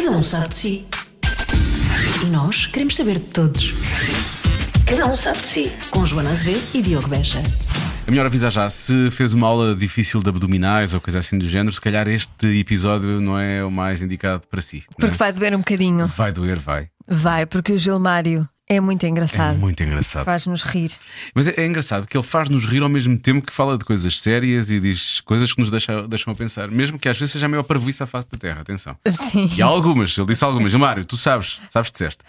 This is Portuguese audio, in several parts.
Cada um sabe de si. E nós queremos saber de todos. Cada um sabe de si. Com Joana Azevedo e Diogo Beja. É melhor avisar já, se fez uma aula difícil de abdominais ou coisa assim do género, se calhar este episódio não é o mais indicado para si. Porque vai doer um bocadinho. Vai doer, vai. Vai, porque o Gilmário é muito engraçado. É muito engraçado. Faz-nos rir. Mas é engraçado que ele faz-nos rir ao mesmo tempo que fala de coisas sérias e diz coisas que nos deixam a pensar. Mesmo que às vezes seja a maior parvoíce à face da terra, atenção. Sim. E há algumas, ele disse algumas. Gilmário, tu sabes, disseste.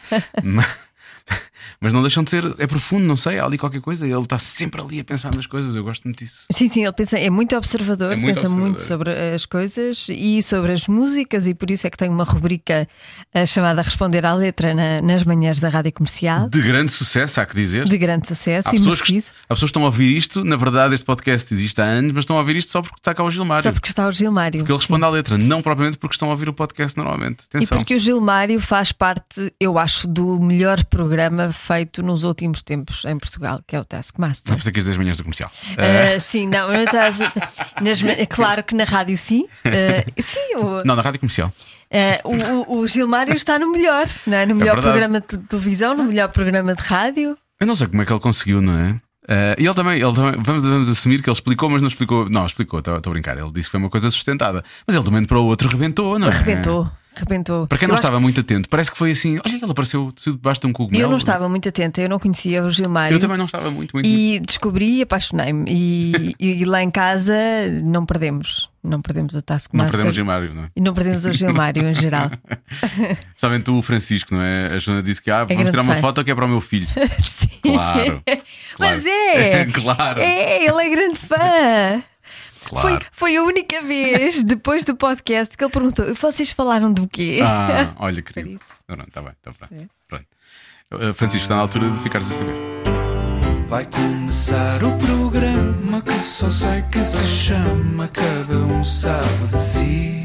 Mas não deixam de ser, é profundo, não sei, há ali qualquer coisa. Ele está sempre ali a pensar nas coisas, eu gosto muito disso. Sim, ele pensa, é muito observador, pensa muito observador. sobre as coisas e sobre as músicas, e por isso é que tem uma rubrica chamada Responder à Letra nas manhãs da Rádio Comercial. De grande sucesso, há que dizer. De grande sucesso Há e pessoas merecido. há pessoas que estão a ouvir isto. Na verdade, este podcast existe há anos, mas estão a ouvir isto só porque está cá o Gilmário. Só porque está o Gilmário. Porque ele responde à letra, não propriamente porque estão a ouvir o podcast normalmente. E Atenção. porque o Gilmário faz parte, eu acho, do melhor programa feito nos últimos tempos em Portugal, que é o Taskmaster. Não pensei que as 10 manhãs da comercial. Sim, não estás, claro que na rádio sim. Sim, Não, na rádio comercial. o Gilmário está no melhor, não é? No melhor verdade. programa de televisão, no melhor programa de rádio. Eu não sei como é que ele conseguiu, não é? E ele também, vamos assumir que ele explicou, mas não explicou. Não, explicou, estou a brincar. Ele disse que foi uma coisa sustentada. Mas ele de um momento para o outro rebentou, não é? Rebentou. Para quem não estava muito atento, parece que foi assim: olha, ele apareceu debaixo de um cogumelo. Eu não estava muito atenta, eu não conhecia o Gilmário. Eu também não estava muito. E descobri e apaixonei-me. E lá em casa não perdemos o Taskmaster. Não perdemos o Gilmário, não é? E não perdemos o Gilmário em geral. Sabem tu, o Francisco, não é? A Joana disse que vamos grande tirar uma fã. foto que é para o meu filho. Sim. Claro. Mas é! Claro. Ele é grande fã. Claro. Foi a única vez depois do podcast que ele perguntou: vocês falaram do quê? Olha, querido. Por isso. Pronto, está bem, então pronto. Francisco, está na altura de ficares a saber. Vai começar o programa que só sei que se chama Cada um sabe de si.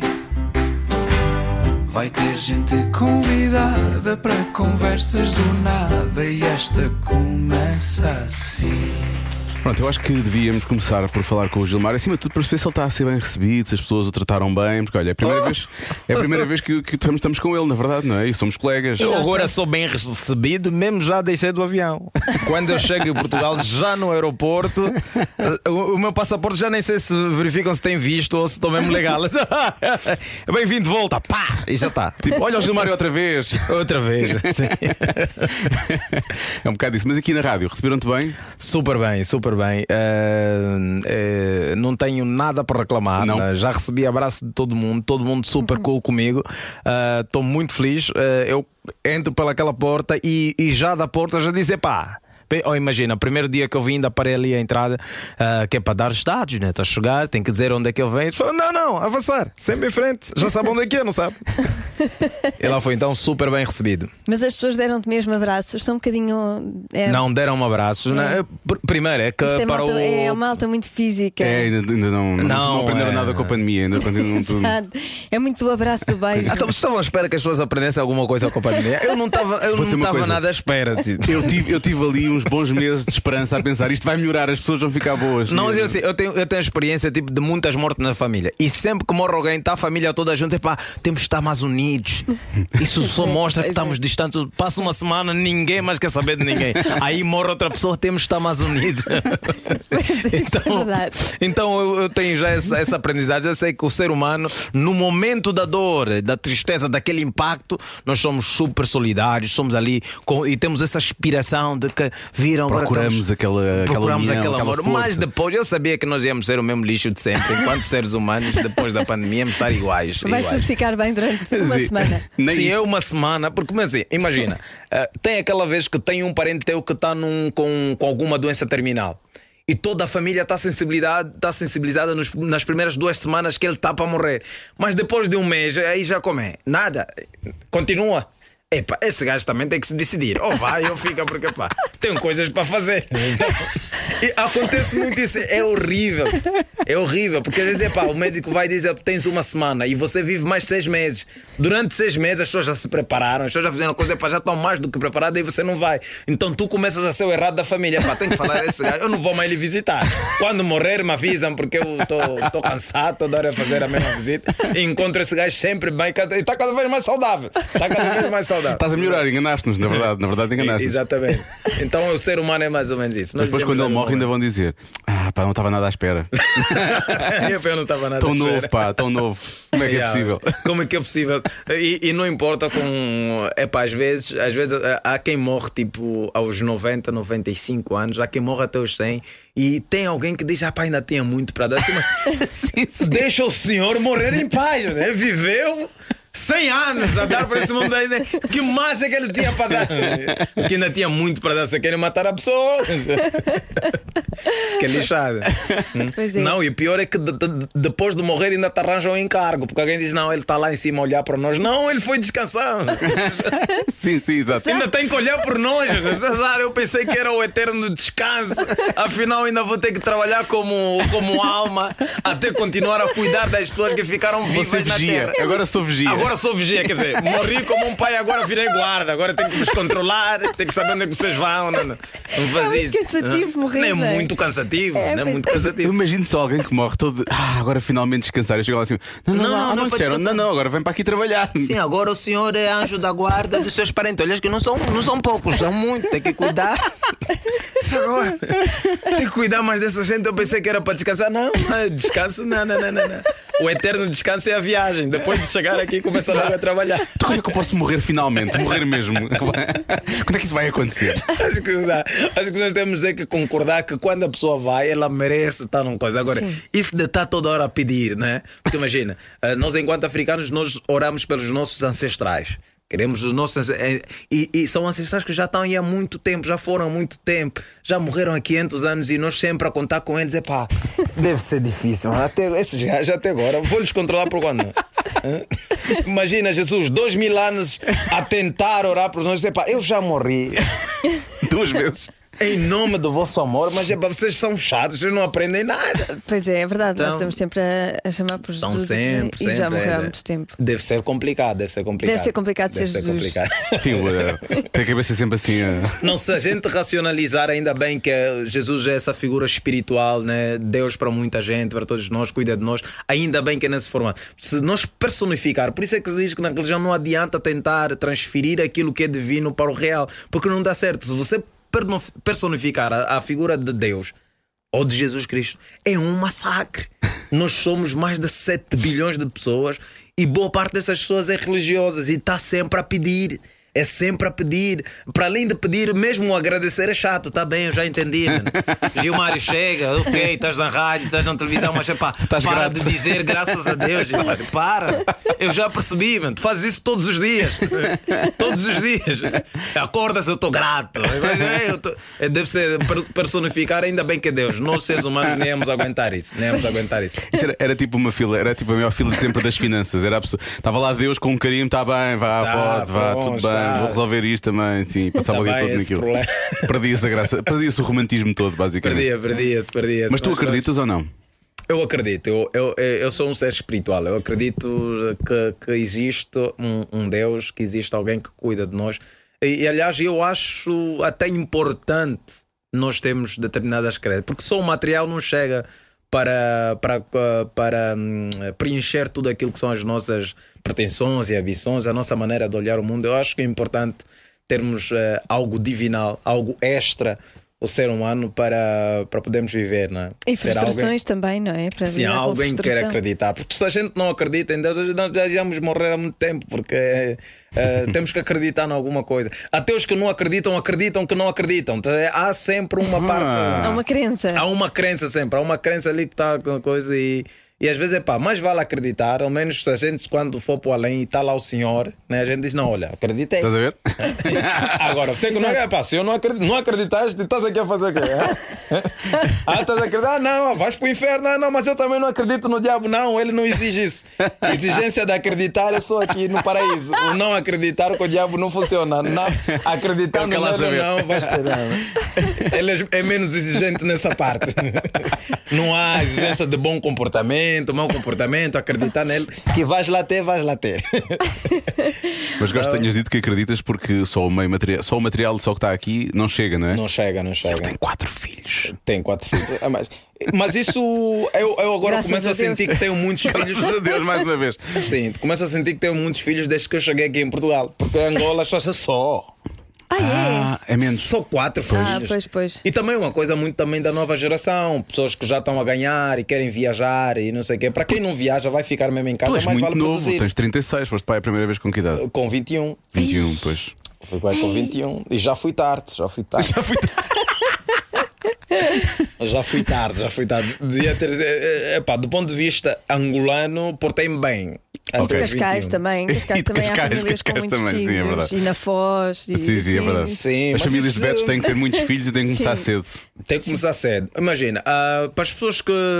Vai ter gente convidada para conversas do nada e esta começa assim. Pronto, eu acho que devíamos começar por falar com o Gilmário, acima de tudo, para perceber se ele está a ser bem recebido, se as pessoas o trataram bem, porque olha, é a primeira vez que estamos com ele, na verdade, não é? E somos colegas. Eu agora sou bem recebido, mesmo já descer do avião. Quando eu chego em Portugal, já no aeroporto, o meu passaporte já nem sei se verificam se tem visto ou se estou mesmo legal. Bem-vindo de volta, pá! E já está. Tipo, olha o Gilmário outra vez. Outra vez. Sim. É um bocado isso. Mas aqui na rádio, receberam-te bem? Super bem, super bem. Não tenho nada para reclamar. Não. Já recebi abraço de todo mundo super cool comigo. Estou muito feliz. Eu entro pelaquela porta e já da porta já disse: pá. Imagina, o primeiro dia que eu vim, ainda parei ali a entrada, que é para dar os dados, né? Está a chegar, tem que dizer onde é que eu venho. Não, avançar, sempre em frente, já sabe onde é que é, não sabe? E lá foi então super bem recebido. Mas as pessoas deram-te mesmo abraços, são um bocadinho. Não deram-me abraços. Né? Primeiro é que Isto é, para malta, o. é uma alta muito física. Ainda não aprenderam nada com a pandemia, ainda continuam tudo. Exato. É muito o abraço do beijo. Então, estavam à espera que as pessoas aprendessem alguma coisa com a pandemia. Eu não dizer uma estava coisa. nada à espera. Tipo. Eu tive ali uns bons meses de esperança a pensar: isto vai melhorar, as pessoas vão ficar boas. Não, eu tenho experiência tipo, de muitas mortes na família. E sempre que morre alguém, está a família toda junto. Temos de estar mais unidos. Isso só mostra que estamos distantes. Passa uma semana, ninguém mais quer saber de ninguém. Aí morre outra pessoa, temos de estar mais unidos. Isso é verdade. Então eu tenho já essa aprendizagem. Eu sei que o ser humano, no momento da dor, da tristeza, daquele impacto, nós somos super solidários, somos ali e temos essa aspiração de que viram. Procuramos aquela união, aquele amor. força. Mas depois eu sabia que nós íamos ser o mesmo lixo de sempre. Enquanto seres humanos, depois da pandemia, íamos estar iguais. Vai tudo ficar bem durante uma Sim. semana. Nem Sim, isso. é uma semana, porque mas assim, imagina, tem aquela vez que tem um parente teu que está com alguma doença terminal e toda a família está sensibilizada nas primeiras 2 semanas que ele está para morrer, mas depois de um mês aí já come nada, continua. epá, esse gajo também tem que se decidir. Ou vai ou fica, porque pá, tenho coisas para fazer. Então, e acontece muito isso, é horrível. É horrível, porque às vezes epá, o médico vai dizer tens uma semana e você vive mais 6 meses. Durante 6 meses as pessoas já se prepararam, as pessoas já fizeram a coisa, epá, já estão mais do que preparadas e você não vai. Então tu começas a ser o errado da família. Epá, tenho que falar a esse gajo, eu não vou mais lhe visitar. Quando morrer me avisam, porque eu estou cansado toda hora a fazer a mesma visita. E encontro esse gajo sempre bem e está cada vez mais saudável. Está cada vez mais saudável. Estás a melhorar, enganaste-nos, na verdade enganaste-nos. Exatamente. Então o ser humano é mais ou menos isso. Mas depois quando ele morre ainda vão dizer: ah, pá, não estava nada à espera. Eu não estava nada Tão à novo, espera. pá, tão novo. Como é que é possível? Como é que é possível? E não importa com. Epá, às vezes há quem morre tipo aos 90, 95 anos, há quem morre até os 100 e tem alguém que diz: ah, pá, ainda tinha muito para dar. Assim, mas deixa o senhor morrer em paz, né? Viveu 100 anos a dar para esse mundo ainda. Que mais é que ele tinha para dar? Que ainda tinha muito para dar. Você quer matar a pessoa? Que lixada. Pois é. Não, e o pior é que depois de morrer ainda te arranjam um encargo. Porque alguém diz: não, ele está lá em cima a olhar para nós. Não, ele foi descansando. Sim, exato. Ainda tem que olhar por nós. César, eu pensei que era o eterno descanso. Afinal, ainda vou ter que trabalhar como alma até continuar a cuidar das pessoas que ficaram vivas Você na vigia, terra. agora sou vigia. Agora sou vigia, quer dizer, morri como um pai, agora virei guarda. Agora tenho que vos controlar, tenho que saber onde é que vocês vão. Não faz muito isso. cansativo morrer, Não é não é? muito cansativo. É, Não é pois muito é. Eu cansativo. imagino só alguém que morre todo. Ah, agora finalmente descansar. Eu chego lá assim: não, não disseram, pode não, agora vem para aqui trabalhar. Sim, agora o senhor é anjo da guarda dos seus parentes. Olha, que não são poucos, são muitos, tem que cuidar. Isso agora, tem que cuidar mais dessa gente. Eu pensei que era para descansar. Não, descanso, não. O eterno descanso é a viagem. Depois de chegar aqui, começa logo a trabalhar. Então, quando é que eu posso morrer finalmente? Morrer mesmo? Quando é que isso vai acontecer? Acho que nós temos que concordar que quando a pessoa vai, ela merece estar numa coisa. Agora, Sim. isso de estar toda hora a pedir, né? Porque imagina, nós enquanto africanos, nós oramos pelos nossos ancestrais. Queremos os nossos. E são ancestrais que já estão aí há muito tempo, já foram há muito tempo, já morreram há 500 anos e nós sempre a contar com eles. Epá, deve ser difícil. Até, esses gajos até agora, vou-lhes controlar por quando? Imagina Jesus, 2000 anos a tentar orar por nós. Epá, eu já morri. 2 vezes. Em nome do vosso amor, mas é para vocês são chatos, vocês não aprendem nada. Pois é verdade, Então, nós estamos sempre a chamar por Estão Jesus sempre, e já sempre, morreu há muito tempo. Deve ser complicado. Deve ser complicado ser Jesus. complicado. Sim, tem a cabeça sempre assim. Não, se a gente racionalizar, ainda bem que Jesus é essa figura espiritual, né? Deus para muita gente, para todos nós, cuida de nós. Ainda bem que é nesse formato. Se nós personificar, por isso é que se diz que na religião não adianta tentar transferir aquilo que é divino para o real, porque não dá certo. Se você personificar a figura de Deus ou de Jesus Cristo, é um massacre. Nós somos mais de 7 bilhões de pessoas e boa parte dessas pessoas é religiosas e está sempre a pedir. É sempre a pedir. Para além de pedir, mesmo o agradecer é chato. Está bem, eu já entendi, mano. Gilmário chega, ok, estás na rádio, estás na televisão, mas epá, para grato. de dizer graças a Deus, Gilmário. Para. Eu já percebi, mano. Tu fazes isso todos os dias. Todos os dias. Acordas, eu estou grato. Deve ser personificar, ainda bem que é Deus. Nós, seres humanos, nem íamos aguentar isso. Isso era tipo uma fila, era tipo a maior fila de sempre das finanças. Era a pessoa, estava lá Deus com um carinho, está bem, pode, vá, tudo bem. Vou resolver isto também, sim. Passava o dia todo naquilo. Perdia-se a graça, perdia-se o romantismo todo, basicamente. Perdia-se. Mas tu acreditas ou não? Eu acredito, eu sou um ser espiritual. Eu acredito que existe um Deus, que existe alguém que cuida de nós. E aliás, eu acho até importante nós termos determinadas crenças, porque só o material não chega para preencher tudo aquilo que são as nossas pretensões e ambições, a nossa maneira de olhar o mundo. Eu acho que é importante termos algo divinal, algo extra, o ser humano, para podermos viver, não é? E frustrações também, não é? Para se alguém quer acreditar, porque se a gente não acredita em Deus, nós já íamos morrer há muito tempo, porque temos que acreditar em alguma coisa. Até os que não acreditam que não acreditam. Então, há sempre uma parte. Há uma crença. Há uma crença sempre, há uma crença ali que está com a coisa E às vezes mais vale acreditar, ao menos se a gente quando for para o além e está lá o senhor, né, a gente diz, não, olha, acreditei. Estás a ver? Agora, você que não é, se eu não acreditaste, estás aqui a fazer o quê? Estás a acreditar? Não, vais para o inferno. Não, mas eu também não acredito no diabo. Não, ele não exige isso. A exigência de acreditar é só aqui no paraíso. O não acreditar com o diabo não funciona. Não, acreditando nele não, vais ter. Ele é menos exigente nessa parte. Não há exigência de bom comportamento, mau comportamento, acreditar nele, que vais lá ter. Mas gosto que tenhas dito que acreditas porque só o material só que está aqui não chega, não é? Não chega. Ele tem 4 filhos. Tem 4 filhos. Mas isso eu agora começo a sentir que tenho muitos filhos. Graças a Deus, mais uma vez. Sim, começo a sentir que tenho muitos filhos desde que eu cheguei aqui em Portugal. Porque em Angola só. É menos. Só 4 filhos. Pois. E também uma coisa muito também da nova geração. Pessoas que já estão a ganhar e querem viajar e não sei o quê. Para quem não viaja, vai ficar mesmo em casa. Tu és mais muito vale novo, produzir. tens 36, foste pai a primeira vez com que idade? Com 21. 21, pois. Fui pai com 21. E já fui tarde. Já fui tarde. Devia ter. Do ponto de vista angolano, portei-me bem. Okay. Cascais também. Cascais também há famílias com muitos filhos. Sim, é verdade. E na Foz. Sim, é verdade. Sim, as famílias de Betos têm que ter muitos filhos e têm que começar cedo. Tem que começar cedo. Imagina, para as pessoas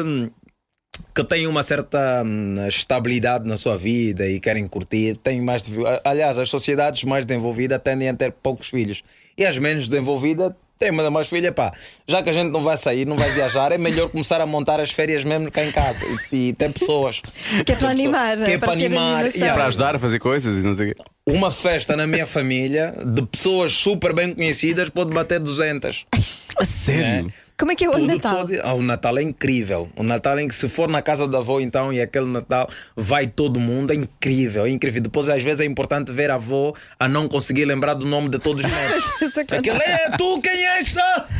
que têm uma certa estabilidade na sua vida e querem curtir, têm mais. Aliás, as sociedades mais desenvolvidas tendem a ter poucos filhos. E as menos desenvolvidas tem mais filha, já que a gente não vai sair, não vai viajar, é melhor começar a montar as férias mesmo cá em casa e ter pessoas. Que é para animar, que é para animar e para ajudar a fazer coisas e não sei o quê. Uma festa na minha família de pessoas super bem conhecidas pode bater 200. A sério? Como é que é o Natal? O Natal é incrível. O Natal em que se for na casa da avó então e aquele Natal vai todo mundo, é incrível, é incrível. Depois às vezes é importante ver a avó a não conseguir lembrar do nome de todos os netos. Aquele tu, quem és?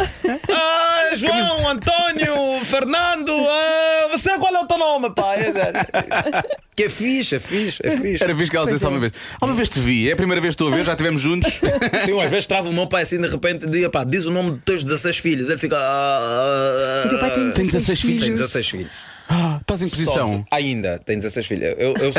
João, António, Fernando, você qual é o teu nome, pá? Que é fixe. Era fixe que ela dissesse uma vez. Uma vez te vi, é a primeira vez que estou a ver, já estivemos juntos. Sim, às vezes trava o meu pai assim de repente e diz o nome dos teus 16 filhos. Ele fica. O teu pai tem 16 filhos? Tem 16 filhos. Estás em posição? Ainda, tem 16 filhos. Eu sou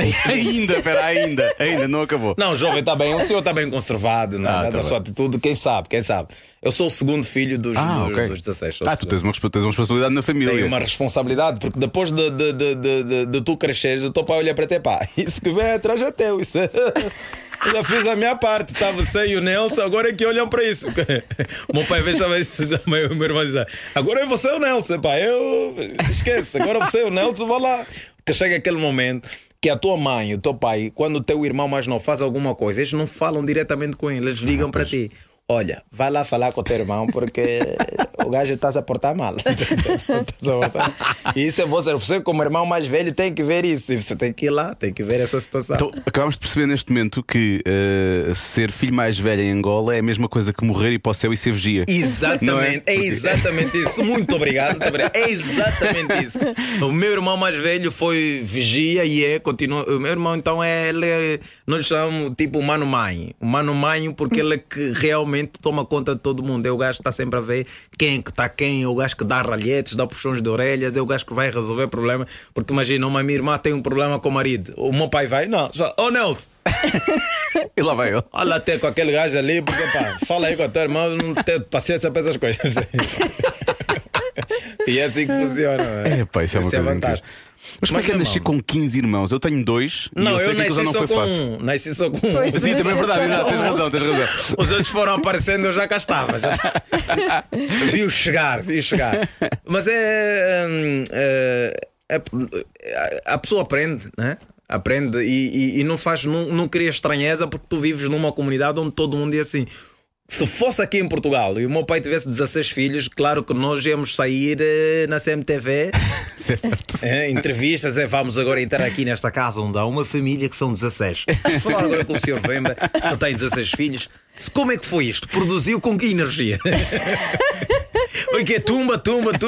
ainda, não acabou. Não, o jovem está bem, o senhor está bem conservado na sua atitude, quem sabe. Eu sou o segundo filho dos 16. Tu tens uma responsabilidade na família. Tenho uma responsabilidade, porque depois de tu cresceres, o teu pai olha para ti, isso que vem atrás é teu. Isso eu já fiz a minha parte, estava sem o Nelson, agora é que olham para isso. O meu pai veio o meu irmão diz: agora é você o Nelson, eu esquece, agora você é o Nelson, vou lá. Que chega aquele momento que a tua mãe e o teu pai, quando o teu irmão mais novo faz alguma coisa, eles não falam diretamente com ele, eles ligam para ti. Olha, vai lá falar com o teu irmão porque o gajo está a portar mal. E isso é você como irmão mais velho tem que ver isso. E você tem que ir lá, tem que ver essa situação. Então, acabamos de perceber neste momento que ser filho mais velho em Angola é a mesma coisa que morrer e ir para o céu e ser vigia. Exatamente, é exatamente isso. Muito obrigado. É exatamente isso. O meu irmão mais velho foi vigia e continua. O meu irmão então nós lhe chamamos tipo o mano-mãe. O mano-mãe porque ele é que realmente toma conta de todo mundo. É o gajo que está sempre a ver quem que está quem, é o gajo que dá ralhetes, dá puxões de orelhas, é o gajo que vai resolver problemas. Porque imagina, uma minha irmã tem um problema com o marido, o meu pai vai, Nelson. E lá vai ele. Olha até com aquele gajo ali, porque fala aí com a tua irmã, não tem paciência para essas coisas. E é assim que funciona. Isso é uma coisa incrível. Mas como é que eu nasci com 15 irmãos? Eu tenho 2 e eu sei que a coisa não foi fácil. Nasci só com Sim, também é verdade, exato, tens razão. Os outros foram aparecendo, eu já cá estava. Vi-o chegar. Mas a pessoa aprende, né? Aprende e não cria estranheza porque tu vives numa comunidade onde todo mundo é assim. Se fosse aqui em Portugal e o meu pai tivesse 16 filhos, claro que nós íamos sair na CMTV. Isso é certo. Entrevistas, vamos agora entrar aqui nesta casa onde há uma família que são 16. Vamos falar agora com o Sr. Vemba, que tem 16 filhos. Como é que foi isto? Produziu com que energia? Porque tumba.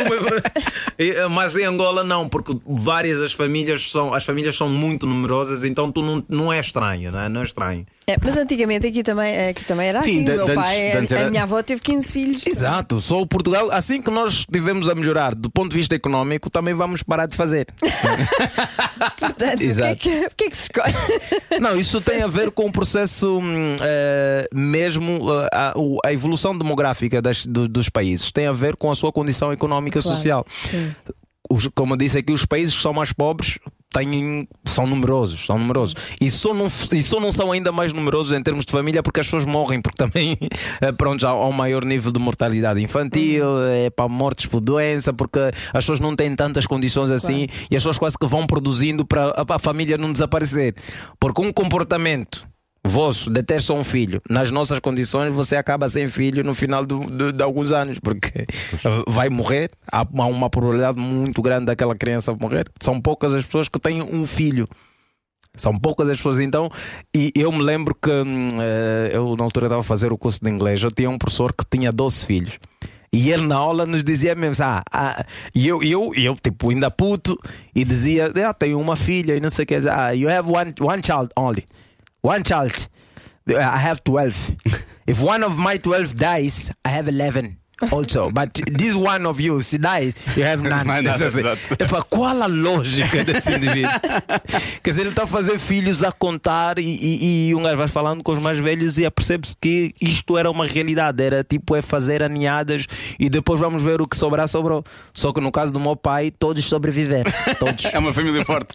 Mas em Angola não, porque várias as famílias são muito numerosas, então tu não é estranho, não é? Não é estranho. Mas antigamente aqui também era assim. Meu pai, a minha avó teve 15 filhos. Exato, só o Portugal, assim que nós estivemos a melhorar do ponto de vista económico, também vamos parar de fazer. Portanto, o que é que se escolhe? Não, isso tem a ver com o processo mesmo, a evolução demográfica dos países tem a ver com a sua condição económica e social. Sim. Como eu disse aqui, os países que são mais pobres são numerosos. E só não são ainda mais numerosos em termos de família porque as pessoas morrem, porque também pronto, já há um maior nível de mortalidade infantil, para mortes por doença, porque as pessoas não têm tantas condições assim, e as pessoas quase que vão produzindo para a família não desaparecer. Porque um comportamento vosso de ter só um filho, nas nossas condições, você acaba sem filho no final de alguns anos, porque vai morrer. Há uma probabilidade muito grande daquela criança morrer. São poucas as pessoas que têm um filho. São poucas as pessoas, então. E eu me lembro que eu na altura estava a fazer o curso de inglês. Eu tinha um professor que tinha 12 filhos. E ele na aula nos dizia mesmo, e eu tipo ainda puto, e dizia, tenho uma filha e não sei o que, you have one child only. One child, I have 12. If one of my 12 dies, I have 11 also. But this one of you, se dies, you have none. Qual a lógica desse indivíduo? Quer dizer, ele está a fazer filhos a contar e um gajo vai falando com os mais velhos e percebe-se que isto era uma realidade. Era tipo fazer aninhadas e depois vamos ver o que sobrar, sobrou. Só que no caso do meu pai, todos sobreviveram. Todos. É uma família forte.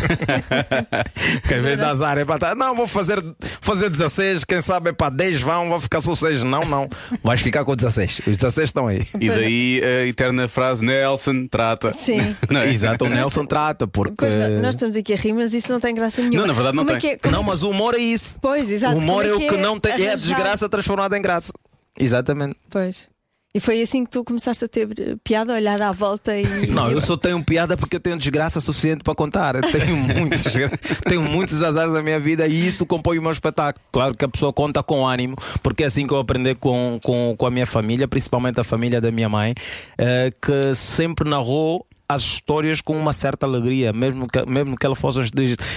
Que às vezes dá azar, não, vou fazer 16, quem sabe para 10 vou ficar só 6. Não, vais ficar com 16. Os 16 estão aí. E daí a eterna frase Nelson trata. Sim. Não é? Exato, o Nelson trata, porque nós estamos aqui a rir, mas isso não tem graça nenhuma. Não, na verdade não tem. Não, mas o humor é isso. Pois, exato. O humor é o que não tem. É a arranjar... desgraça transformada em graça. Exatamente. Pois. E foi assim que tu começaste a ter piada, a olhar à volta e... Não, eu só tenho piada porque eu tenho desgraça suficiente para contar. Eu tenho muitos azares na minha vida e isso compõe o meu espetáculo. Claro que a pessoa conta com ânimo, porque é assim que eu aprendi com a minha família, principalmente a família da minha mãe, que sempre narrou as histórias com uma certa alegria, mesmo que ela fosse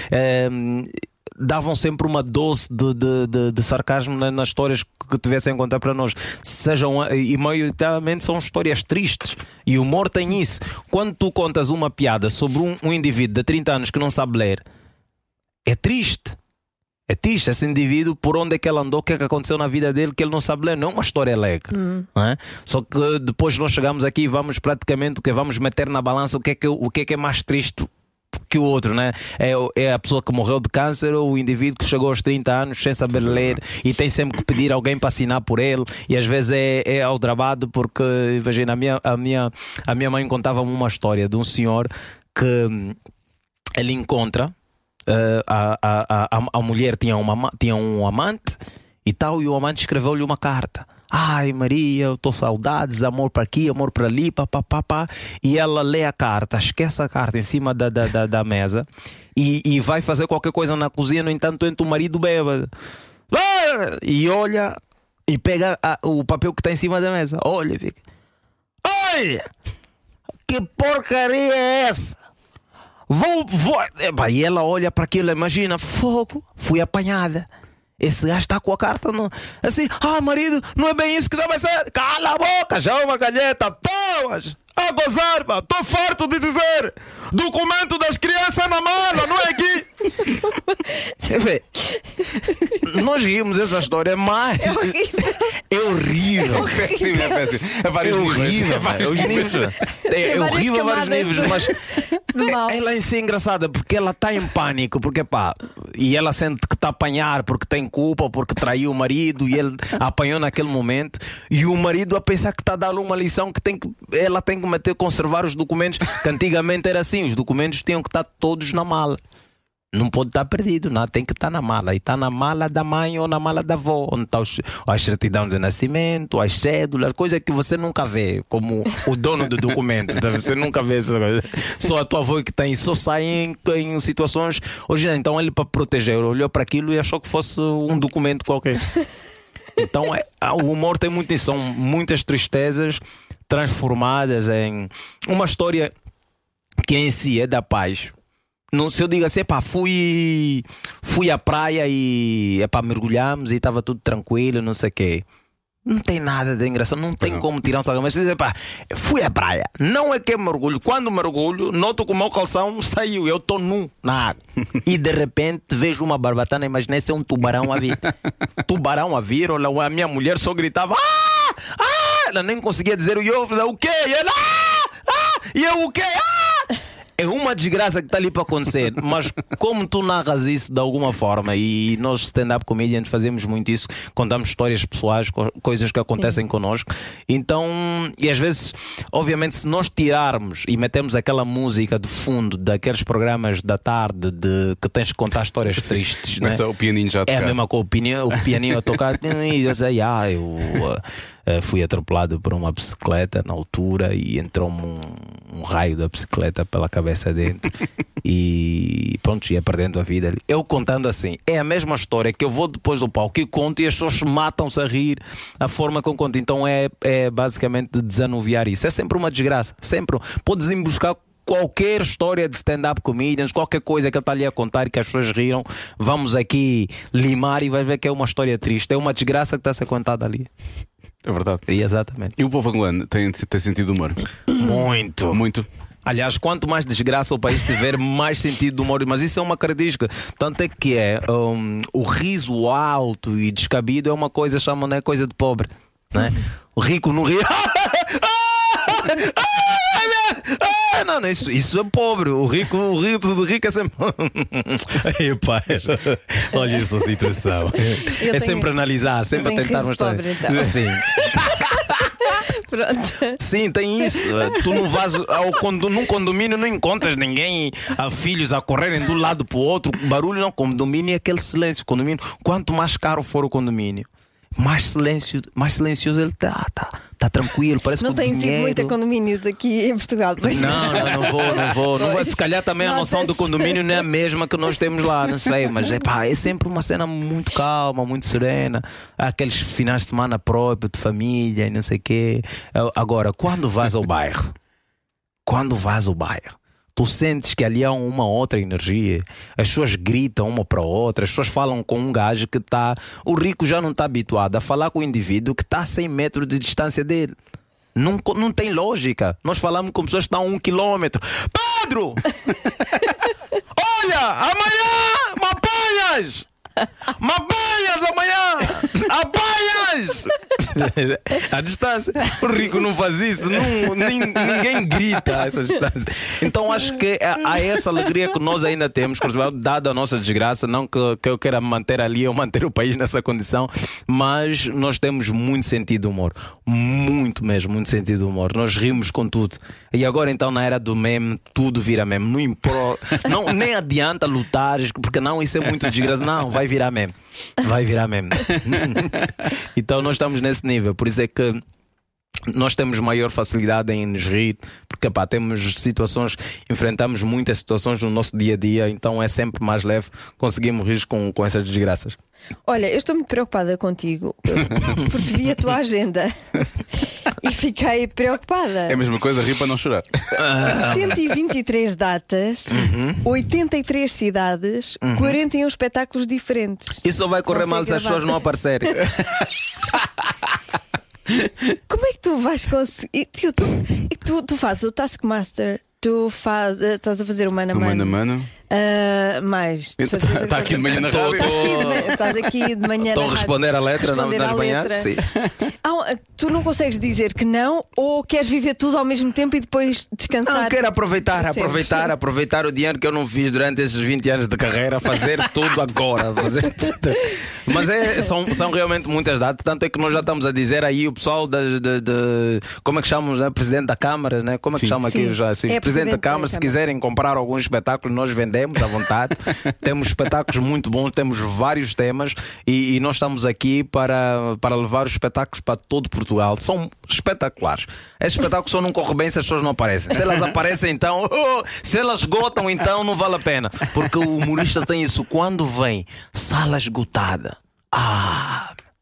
davam sempre uma dose de sarcasmo nas histórias que tivessem a contar para nós. E maioritariamente são histórias tristes. E o humor tem isso. Quando tu contas uma piada sobre um indivíduo de 30 anos que não sabe ler, é triste. É triste esse indivíduo, por onde é que ele andou, o que é que aconteceu na vida dele, que ele não sabe ler. Não é uma história alegre, não é? Só que depois nós chegamos aqui e vamos praticamente vamos meter na balança o que é mais triste que o outro, né? É a pessoa que morreu de câncer ou o indivíduo que chegou aos 30 anos sem saber ler e tem sempre que pedir alguém para assinar por ele, e às vezes é aldrabado, porque imagina, a minha mãe contava-me uma história de um senhor que ele encontra a mulher tinha um amante e tal, e o amante escreveu-lhe uma carta. Ai Maria, eu estou saudades, amor para aqui, amor para ali, papapá. E ela lê a carta, esquece a carta em cima da mesa e vai fazer qualquer coisa na cozinha. No entanto, entra o marido bêbado e olha e pega o papel que está em cima da mesa. Olha e fica: olha, que porcaria é essa? Vou. E ela olha para aquilo, imagina: fogo, fui apanhada. Esse gajo está com a carta assim: marido, não é bem isso que deve ser. Cala a boca, já uma galheta. Tomas a gozar, estou farto de dizer. Documento das crianças na mala, não é aqui. Nós rimos essa história, mas é horrível. É péssimo. A vários níveis. É horrível a vários níveis, mas ela em si é engraçada porque ela está em pânico, porque e ela sente que está a apanhar porque tem culpa, porque traiu o marido e ele apanhou naquele momento, e o marido a pensar que está a dar uma lição que ela tem que conservar os documentos, que antigamente era assim, os documentos tinham que estar todos na mala. Não pode estar perdido, não, tem que estar na mala. E está na mala da mãe ou na mala da avó, onde está as certidões de nascimento, as cédulas, coisas que você nunca vê, como o dono do documento. Então, você nunca vê essa coisa. Só a tua avó que tem, só saem em situações. Hoje, então, ele, para proteger, olhou para aquilo e achou que fosse um documento qualquer. Então o humor tem muito isso, são muitas tristezas, transformadas em uma história que em si é da paz. Não, se eu digo assim, fui à praia e mergulhamos e estava tudo tranquilo, não sei o quê. Não tem nada de engraçado, não tem como tirar um saco. Mas dizer, fui à praia, não é que eu mergulho. Quando mergulho, noto que o meu calção saiu, eu estou nu na água. E de repente vejo uma barbatana, imaginei ser um tubarão a vir. Tubarão a vir, ou a minha mulher só gritava, ela nem conseguia dizer o quê? E ela, e eu o quê? É uma desgraça que está ali para acontecer. Mas como tu narras isso de alguma forma, e nós stand-up comedians fazemos muito isso, contamos histórias pessoais, coisas que acontecem connosco. Então, e às vezes, obviamente, se nós tirarmos e metemos aquela música de fundo daqueles programas da tarde que tens que contar histórias tristes, mas o pianinho já a tocar. É a mesma coisa, o pianinho a tocar. E eu sei, fui atropelado por uma bicicleta na altura e entrou-me um raio da bicicleta pela cabeça dentro e pronto, ia perdendo a vida. Eu contando assim, é a mesma história que eu vou depois do palco e conto e as pessoas matam-se a rir a forma que eu conto. Então é basicamente desanuviar isso. É sempre uma desgraça, sempre. Podes ir buscar qualquer história de stand-up comedians, qualquer coisa que ele está ali a contar e que as pessoas riram, vamos aqui limar e vais ver que é uma história triste, é uma desgraça que está a ser contada ali. É verdade. Exatamente. E o povo angolano tem sentido de humor? Muito. Aliás, quanto mais desgraça o país tiver, mais sentido de humor. Mas isso é uma característica. Tanto é que o riso alto e descabido é uma coisa, chamam, né, coisa de pobre, né? O rico não ri. Não, isso é pobre. O rico é sempre. Aí, pai, olha essa situação. Sempre analisar, sempre tentar mostrar. Então. Sim. Pronto. Sim, tem isso. Tu não vais num condomínio, não encontras ninguém, filhos a correrem de um lado para o outro. Barulho não, condomínio é aquele silêncio. Condomínio, quanto mais caro for o condomínio, mais silencioso ele está tranquilo. Parece não que tem dinheiro... sido muita condomínios aqui em Portugal. Pois. Não vou. Não vai, se calhar também a noção do condomínio não é a mesma que nós temos lá, não sei, mas é sempre uma cena muito calma, muito serena. Há aqueles finais de semana próprios de família e não sei o quê. Agora, quando vais ao bairro, tu sentes que ali há uma outra energia. As pessoas gritam uma para a outra. As pessoas falam com um gajo que está... O rico já não está habituado a falar com o indivíduo que está a 100 metros de distância dele. Não tem lógica. Nós falamos com pessoas que estão a 1 quilômetro. Pedro! Olha, amanhã me apanhas! Me apanhas amanhã! Apanhas! A distância. O rico não faz isso, ninguém grita a essa distância. Então acho que há essa alegria que nós ainda temos, dada a nossa desgraça. Não que eu queira manter ali ou manter o país nessa condição, mas nós temos muito sentido de humor. Muito mesmo, muito sentido de humor. Nós rimos com tudo. E agora então na era do meme, tudo vira meme. Não, nem adianta lutar, porque não, isso é muito desgraça. Não, vai virar meme. Então nós estamos nesse nível. Por isso é que nós temos maior facilidade em nos rir, porque enfrentamos muitas situações no nosso dia a dia. Então é sempre mais leve, conseguimos rir com essas desgraças. Olha, eu estou muito preocupada contigo, porque vi a tua agenda e fiquei preocupada. É a mesma coisa, rir para não chorar. 123 datas, 83 cidades, 41 espetáculos diferentes. Isso só vai correr mal se as pessoas não aparecerem. Como é que tu vais conseguir? Tu fazes o Taskmaster, estás a fazer o mano a mano. Mais está aqui de manhã na rádio. Estás aqui de manhã. Estão a responder a letra nas manhãs. Sim. Tu não consegues dizer que não, ou queres viver tudo ao mesmo tempo e depois descansar? Não, quero aproveitar o dinheiro que eu não fiz durante esses 20 anos de carreira, fazer tudo agora. Mas são realmente muitas datas. Tanto é que nós já estamos a dizer aí o pessoal como é que chamamos, né? Presidente da Câmara, né? Como é que chama aqui já? Assim, Presidente da Câmara, se quiserem comprar algum espetáculo, nós vendemos à vontade. Temos espetáculos muito bons, temos vários temas e nós estamos aqui para levar os espetáculos para todo Portugal. São espetaculares. Esses espetáculos só não correm bem se as pessoas não aparecem. Se elas aparecem então, se elas esgotam então não vale a pena. Porque o humorista tem isso. Quando vem sala esgotada,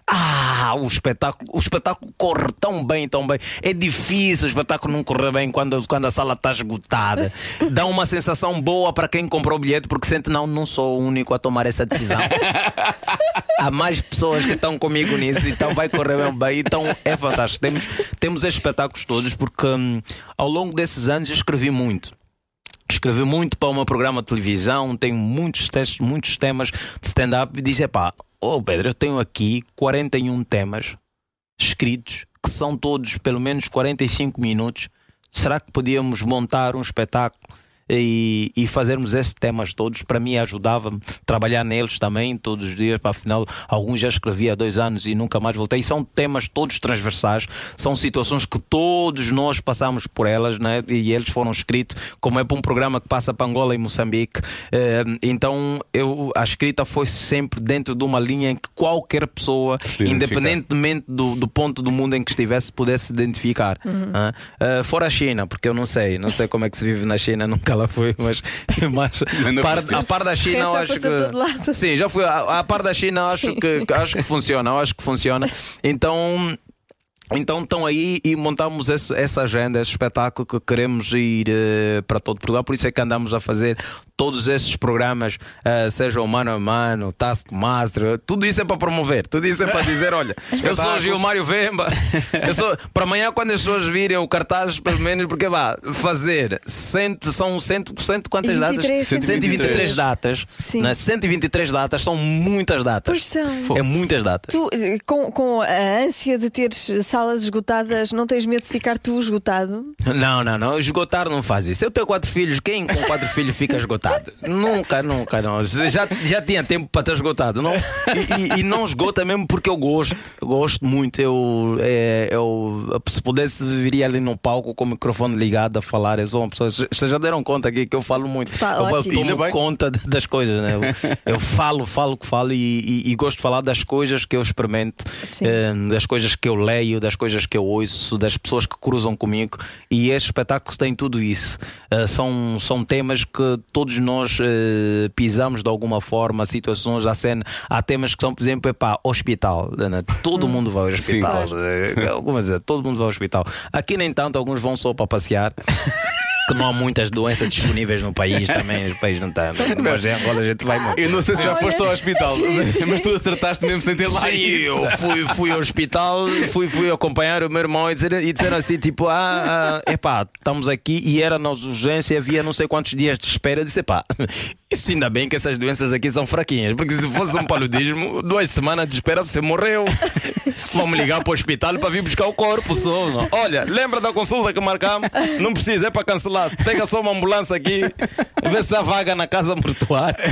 o espetáculo corre tão bem. É difícil o espetáculo não correr bem quando a sala está esgotada. Dá uma sensação boa para quem comprou o bilhete, porque sente, não sou o único a tomar essa decisão. Há mais pessoas que estão comigo nisso, então vai correr bem. Então é fantástico. Temos estes espetáculos todos, porque ao longo desses anos eu escrevi muito para o meu programa de televisão. Tenho muitos textos, muitos temas de stand-up. E disse, Pedro, eu tenho aqui 41 temas escritos, que são todos pelo menos 45 minutos. Será que podíamos montar um espetáculo e fazermos esses temas todos? Para mim ajudava-me trabalhar neles também todos os dias. Para afinal, alguns já escrevi há 2 anos e nunca mais voltei. São temas todos transversais, são situações que todos nós passamos por elas, né? E eles foram escritos, como é para um programa que passa para Angola e Moçambique. Então a escrita foi sempre dentro de uma linha em que qualquer pessoa, independentemente do ponto do mundo em que estivesse, pudesse se identificar. Fora a China, porque eu não sei como é que se vive na China, nunca lá fui, mas a par da China eu acho que sim, já fui. A par da China acho que funciona. Então estão aí e montamos essa agenda, esse espetáculo que queremos ir para todo Portugal. Por isso é que andamos a fazer todos esses programas, seja o Mano a Mano, Taskmaster, tudo isso é para promover, tudo isso é para dizer, olha, eu sou o Gilmário Vemba, para amanhã quando as pessoas virem o cartaz, pelo menos, porque fazer são quantas datas? 123 datas. Sim. 123 datas são muitas datas. Pois são. É muitas datas. Tu, com a ânsia de teres salas esgotadas, não tens medo de ficar tu esgotado? Não, esgotar não faz isso. Eu tenho 4 filhos, quem com 4 filhos fica esgotado? Nunca não. Já tinha tempo para estar esgotado, não? E não esgota mesmo porque eu gosto muito. Se pudesse, viria ali no palco com o microfone ligado a falar. Eu sou uma pessoa, vocês já deram conta aqui que eu falo muito. Eu tomo conta das coisas, né? Eu falo e gosto de falar das coisas que eu experimento, das coisas que eu leio, das coisas que eu ouço, das pessoas que cruzam comigo. E estes espetáculos têm tudo isso. São temas que todos nós pisamos de alguma forma, situações, há temas que são, por exemplo, hospital, né? Todo mundo vai ao hospital. Todo mundo vai ao hospital. Aqui nem tanto, alguns vão só para passear. Que não há muitas doenças disponíveis no país também, o país não está. Mas agora a gente vai muito. Eu não sei se já foste ao hospital, mas tu acertaste mesmo sem ter lá. Sim, eu fui ao hospital, fui acompanhar o meu irmão e dizer assim, tipo, estamos aqui, e era na urgência, havia não sei quantos dias de espera. Eu disse, isso ainda bem que essas doenças aqui são fraquinhas, porque se fosse um paludismo, 2 semanas de espera você morreu. Vamos ligar para o hospital para vir buscar o corpo só. Olha, lembra da consulta que marcamos? Não precisa, é para cancelar. Pega só uma ambulância aqui, vê se há vaga na casa mortuária.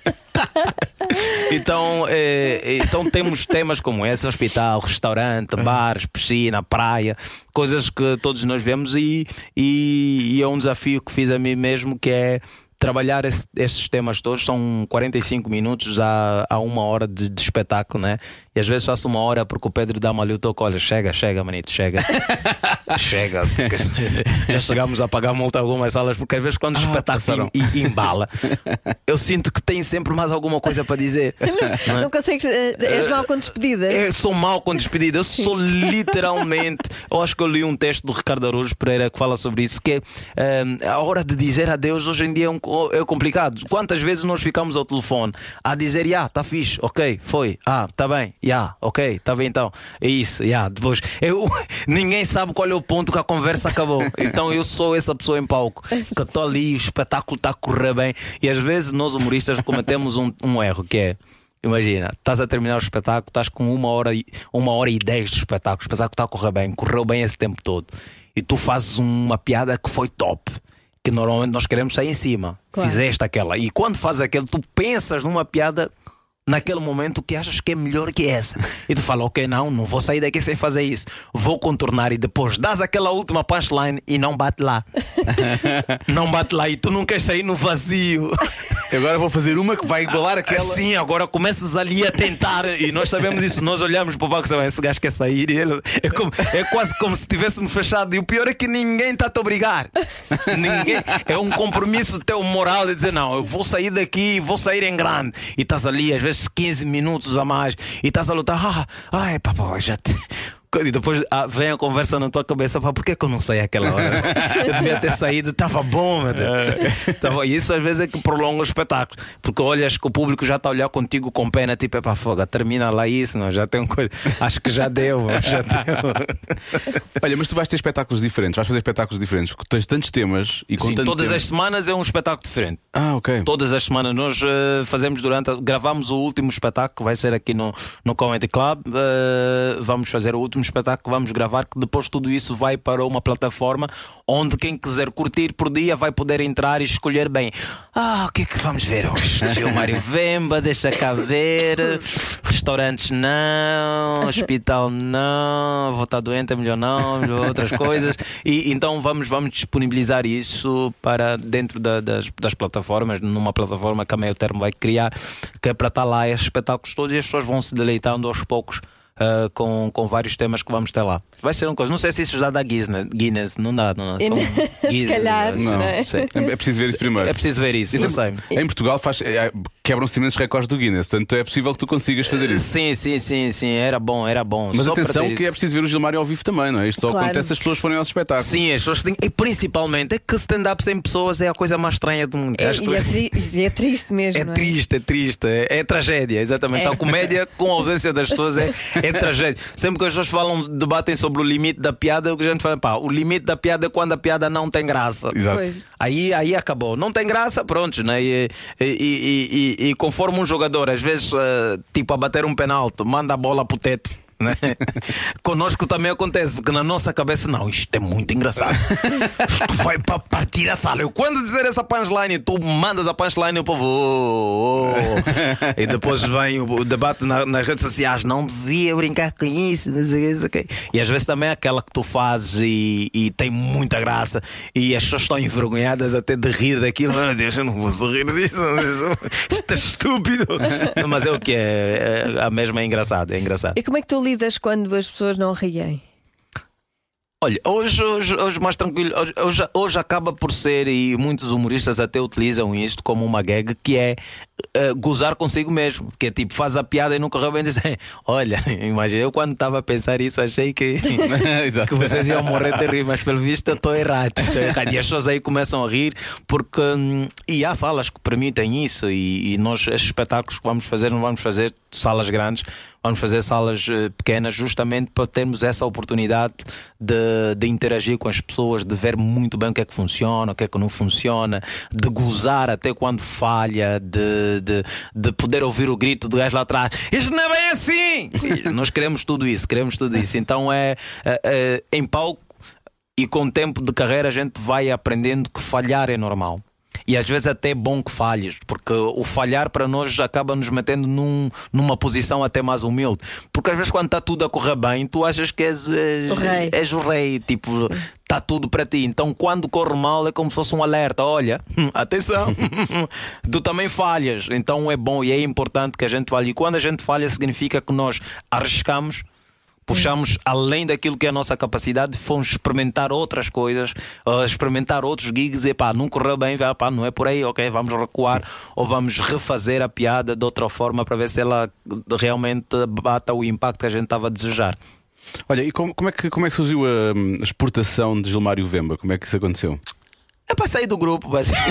Então temos temas como esse: hospital, restaurante, bares, piscina, praia, coisas que todos nós vemos, e é um desafio que fiz a mim mesmo, que é trabalhar esses temas todos. São 45 minutos a 1 hora de espetáculo, né? E às vezes faço 1 hora porque o Pedro dá-me ali o toque: olha, chega, manito, chega. Chega. Já chegámos a pagar multa a algumas salas, porque às vezes quando o espetáculo embala, eu sinto que tem sempre mais alguma coisa para dizer. Não consegues, és mau com despedidas? Eu sou mau com despedidas. Eu sou literalmente. Eu acho que eu li um texto do Ricardo Araújo Pereira que fala sobre isso, que é a hora de dizer adeus hoje em dia é complicado. Quantas vezes nós ficamos ao telefone a dizer, tá fixe, ok, foi, tá bem, ok, tá bem então, é isso, depois ninguém sabe qual é o ponto que a conversa acabou. Então eu sou essa pessoa em palco que estou ali, o espetáculo está a correr bem, e às vezes nós humoristas cometemos um erro, que é: imagina, estás a terminar o espetáculo, estás com 1 hora e 10 de espetáculo, o espetáculo está a correr bem, correu bem esse tempo todo, e tu fazes uma piada que foi top, que normalmente nós queremos sair em cima. Claro. Fizeste aquela, e quando fazes aquele, tu pensas numa piada naquele momento que achas que é melhor que essa, e tu fala, ok, não vou sair daqui sem fazer isso, vou contornar, e depois dás aquela última punchline e não bate lá. Não bate lá, e tu não queres sair no vazio. Agora vou fazer uma que vai igualar aquela. Sim, agora começas ali a tentar, e nós sabemos isso. Nós olhamos para o palco e sabemos, esse gajo quer sair, e ele é quase como se tivéssemos fechado. E o pior é que ninguém está a te obrigar. Ninguém. É um compromisso teu moral de dizer, não, eu vou sair daqui, vou sair em grande. E estás ali, às vezes vezes 15 minutos a mais e estás a lutar. Já te... E depois vem a conversa na tua cabeça: por que eu não saí àquela hora? Eu devia ter saído, estava bom, meu Deus. E isso às vezes é que prolonga o espetáculo, porque olhas que o público já está a olhar contigo com pena, tipo, fogo, termina lá isso, não? Já tem uma coisa, acho que já deu. Olha, mas tu vais ter espetáculos diferentes, vais fazer espetáculos diferentes, porque tens tantos temas e com Sim, todas as semanas é um espetáculo diferente. Ok. Todas as semanas nós fazemos gravamos o último espetáculo que vai ser aqui no Comedy Club. Vamos fazer o último espetáculo que vamos gravar, que depois tudo isso vai para uma plataforma onde quem quiser curtir por dia vai poder entrar e escolher bem. O que é que vamos ver hoje? Gilmário Vemba, deixa cá ver. Restaurantes não, hospital não, vou estar doente, é melhor não, outras coisas. E então vamos disponibilizar isso para dentro das plataformas, numa plataforma que a Meio Termo vai criar, que é para estar lá esses espetáculos todos e as pessoas vão se deleitando aos poucos. Com vários temas que vamos ter lá. Vai ser uma coisa, não sei se isso já dá Guinness, não dá. Se calhar, não. É preciso ver isso primeiro. É preciso ver isso, não sei. Em Portugal quebram-se imensos recordes do Guinness, portanto é possível que tu consigas fazer isso. Sim, era bom. Mas só atenção que é preciso ver o Gilmário ao vivo também, não é? Isto só acontece se as pessoas forem aos espetáculos. Sim, as pessoas têm. E principalmente é que stand-up sem pessoas é a coisa mais estranha do mundo. É triste mesmo. É triste, é tragédia, exatamente. A comédia com a ausência das pessoas é tragédia. Sempre que as pessoas debatem sobre o limite da piada, o que a gente fala, o limite da piada é quando a piada não tem graça. Exato. Aí acabou. Não tem graça, pronto, né? E conforme um jogador, às vezes, tipo a bater um penalti, manda a bola pro teto. Né? Conosco também acontece, porque na nossa cabeça, não, isto é muito engraçado. Isto vai para partir a sala. Eu, quando dizer essa punchline, tu mandas a punchline e o povo e depois vem o debate nas redes sociais. Não devia brincar com isso, não sei o que. E às vezes também é aquela que tu fazes e tem muita graça e as pessoas estão envergonhadas até de rir daquilo. Meu Deus, eu não vou rir disso. Isto é estúpido. Mas é o que é. A mesma é engraçado. E como é que tu lidas quando as pessoas não riem? Olha, hoje mais tranquilo. Hoje acaba por ser, e muitos humoristas até utilizam isto como uma gag, que é gozar consigo mesmo. Que é tipo, faz a piada e nunca realmente diz: olha, imagina, eu quando estava a pensar isso achei que vocês iam morrer de rir, mas pelo visto eu estou errado. E as pessoas aí começam a rir, porque e há salas que permitem isso, e nós, estes espetáculos que vamos fazer, não vamos fazer salas grandes, vamos fazer salas pequenas, justamente para termos essa oportunidade de interagir com as pessoas, de ver muito bem o que é que funciona, o que é que não funciona, de gozar até quando falha, de poder ouvir o grito do gajo lá atrás: isto não é bem assim! Nós queremos tudo isso. Então em palco e com tempo de carreira a gente vai aprendendo que falhar é normal. E às vezes até é bom que falhes, porque o falhar para nós acaba nos metendo numa posição até mais humilde. Porque às vezes quando está tudo a correr bem, tu achas que és o rei, tipo, está tudo para ti. Então quando corre mal é como se fosse um alerta: olha, atenção, tu também falhas. Então é bom e é importante que a gente falhe. E quando a gente falha significa que nós arriscamos, puxamos além daquilo que é a nossa capacidade, fomos experimentar outras coisas, experimentar outros gigs e não correu bem, não é por aí, ok, vamos recuar ou vamos refazer a piada de outra forma para ver se ela realmente bata o impacto que a gente estava a desejar. Olha, e como é que surgiu a exportação de Gilmário Vemba? Como é que isso aconteceu? É para sair do grupo,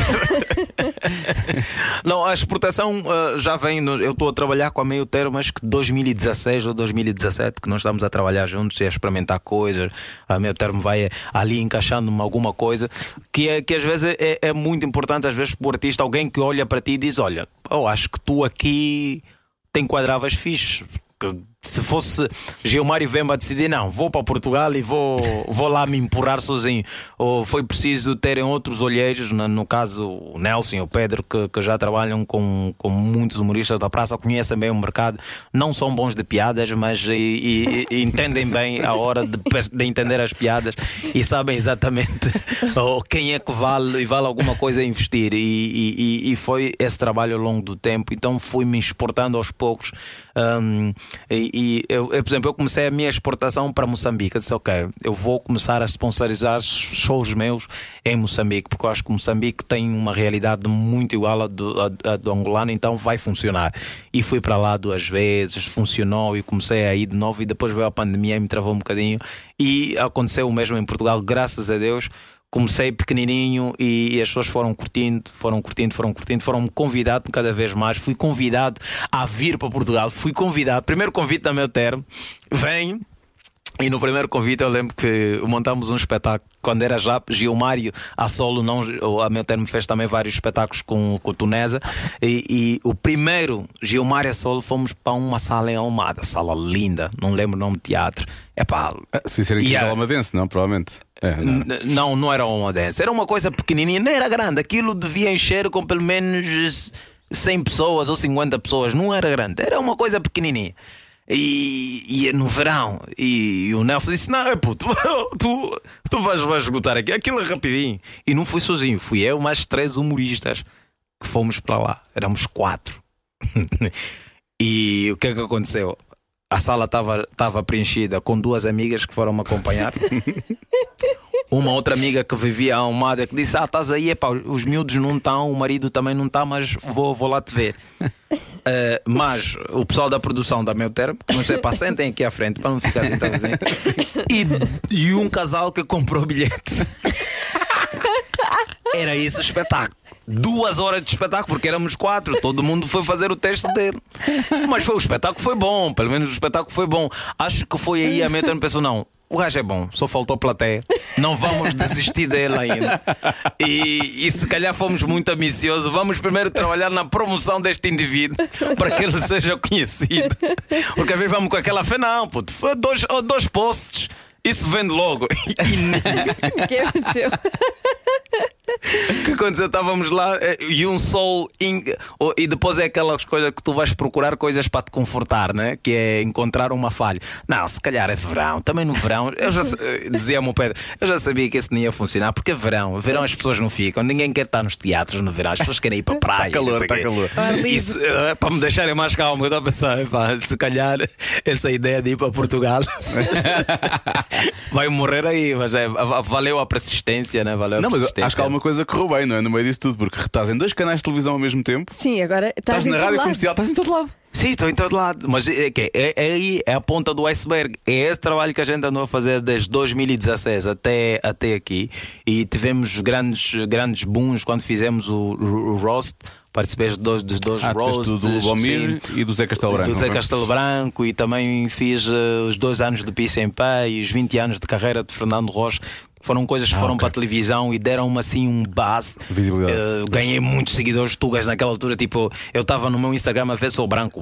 Não, a exportação já vem. Eu estou a trabalhar com a Meio Termo, acho que 2016 ou 2017, que nós estamos a trabalhar juntos e a experimentar coisas. A Meio Termo vai ali encaixando alguma coisa que às vezes é muito importante. Às vezes, para o artista, alguém que olha para ti e diz: olha, eu acho que tu aqui te enquadravas fixe. Se fosse Gilmário Vemba decidir, não, vou para Portugal e vou lá me empurrar sozinho, ou foi preciso terem outros olheiros, no caso o Nelson e o Pedro, que já trabalham com muitos humoristas da praça, conhecem bem o mercado, não são bons de piadas, mas entendem bem a hora de entender as piadas e sabem exatamente quem é que vale alguma coisa a investir, e foi esse trabalho ao longo do tempo. Então fui-me exportando aos poucos, eu, por exemplo, eu comecei a minha exportação para Moçambique. Eu disse, ok, eu vou começar a sponsorizar shows meus em Moçambique, porque eu acho que Moçambique tem uma realidade muito igual à do angolano, então vai funcionar. E fui para lá 2 vezes, funcionou e comecei a ir de novo, e depois veio a pandemia e me travou um bocadinho. E aconteceu o mesmo em Portugal, graças a Deus. Comecei pequenininho e as pessoas foram curtindo, foram-me convidando cada vez mais. Fui convidado a vir para Portugal, primeiro convite da Meu Termo, vem. E no primeiro convite eu lembro que montámos um espetáculo quando era já Gilmário a solo, não, a Meu Termo fez também vários espetáculos com Tunesa, e o primeiro Gilmário a solo fomos para uma sala em Almada, sala linda, não lembro o nome de teatro. Se isso era aqui da Almadense, não? Provavelmente. Não era Almadense, era uma coisa pequenininha, não era grande, aquilo devia encher com pelo menos 100 pessoas ou 50 pessoas, não era grande, era uma coisa pequenininha. E no verão, e o Nelson disse: não, puto, tu vais esgotar aqui, aquilo é rapidinho. E não fui sozinho, fui eu mais 3 humoristas que fomos para lá, éramos 4. E o que é que aconteceu? A sala estava preenchida com 2 amigas que foram me acompanhar. Uma outra amiga que vivia a Almada que disse: estás aí, os miúdos não estão, o marido também não está, mas vou lá te ver. Mas o pessoal da produção da Meu Termo, não sei, sentem aqui à frente para não ficar assim tão vizinho. E um casal que comprou bilhete. Era isso o espetáculo. 2 horas de espetáculo, porque éramos 4, todo mundo foi fazer o teste dele. Mas o espetáculo foi bom, pelo menos o espetáculo foi bom. Acho que foi aí a Meu Termo pensou: não, o gajo é bom, só faltou plateia, não vamos desistir dele ainda. E se calhar fomos muito ambiciosos, vamos primeiro trabalhar na promoção deste indivíduo para que ele seja conhecido. Porque às vezes vamos com aquela fé, não, puto, foi 2 posts, isso vende logo. O que aconteceu? O que aconteceu? Estávamos lá e um sol e depois é aquela coisa que tu vais procurar coisas para te confortar, né? Que é encontrar uma falha. Não, se calhar é verão. Também no verão, eu já dizia ao meu Pedro, eu já sabia que isso não ia funcionar, porque é verão as pessoas não ficam, ninguém quer estar nos teatros no verão, as pessoas querem ir para a praia. Está calor. Isso, para me deixarem mais calmo, eu estava a pensar, se calhar essa ideia de ir para Portugal vai morrer aí, mas valeu a persistência, né? Valeu a persistência. Mas acho que há uma coisa que correu bem, não é? No meio disso tudo, porque estás em 2 canais de televisão ao mesmo tempo. Sim, agora estás na rádio comercial, estás em todo lado. Sim, estou em todo lado. Mas é a ponta do iceberg. É esse trabalho que a gente andou a fazer desde 2016 até aqui. E tivemos grandes booms quando fizemos o Roast. Participei dos dois roasts do Bomir e do Zé Castelo Branco. Do Zé Castelo Branco, e também fiz os 2 anos de Peace and Pay e os 20 anos de carreira de Fernando Rocha. Foram coisas que foram para a televisão e deram-me assim um buzz. Visibilidade. Ganhei muitos seguidores tugas naquela altura. Tipo, eu estava no meu Instagram a ver só branco.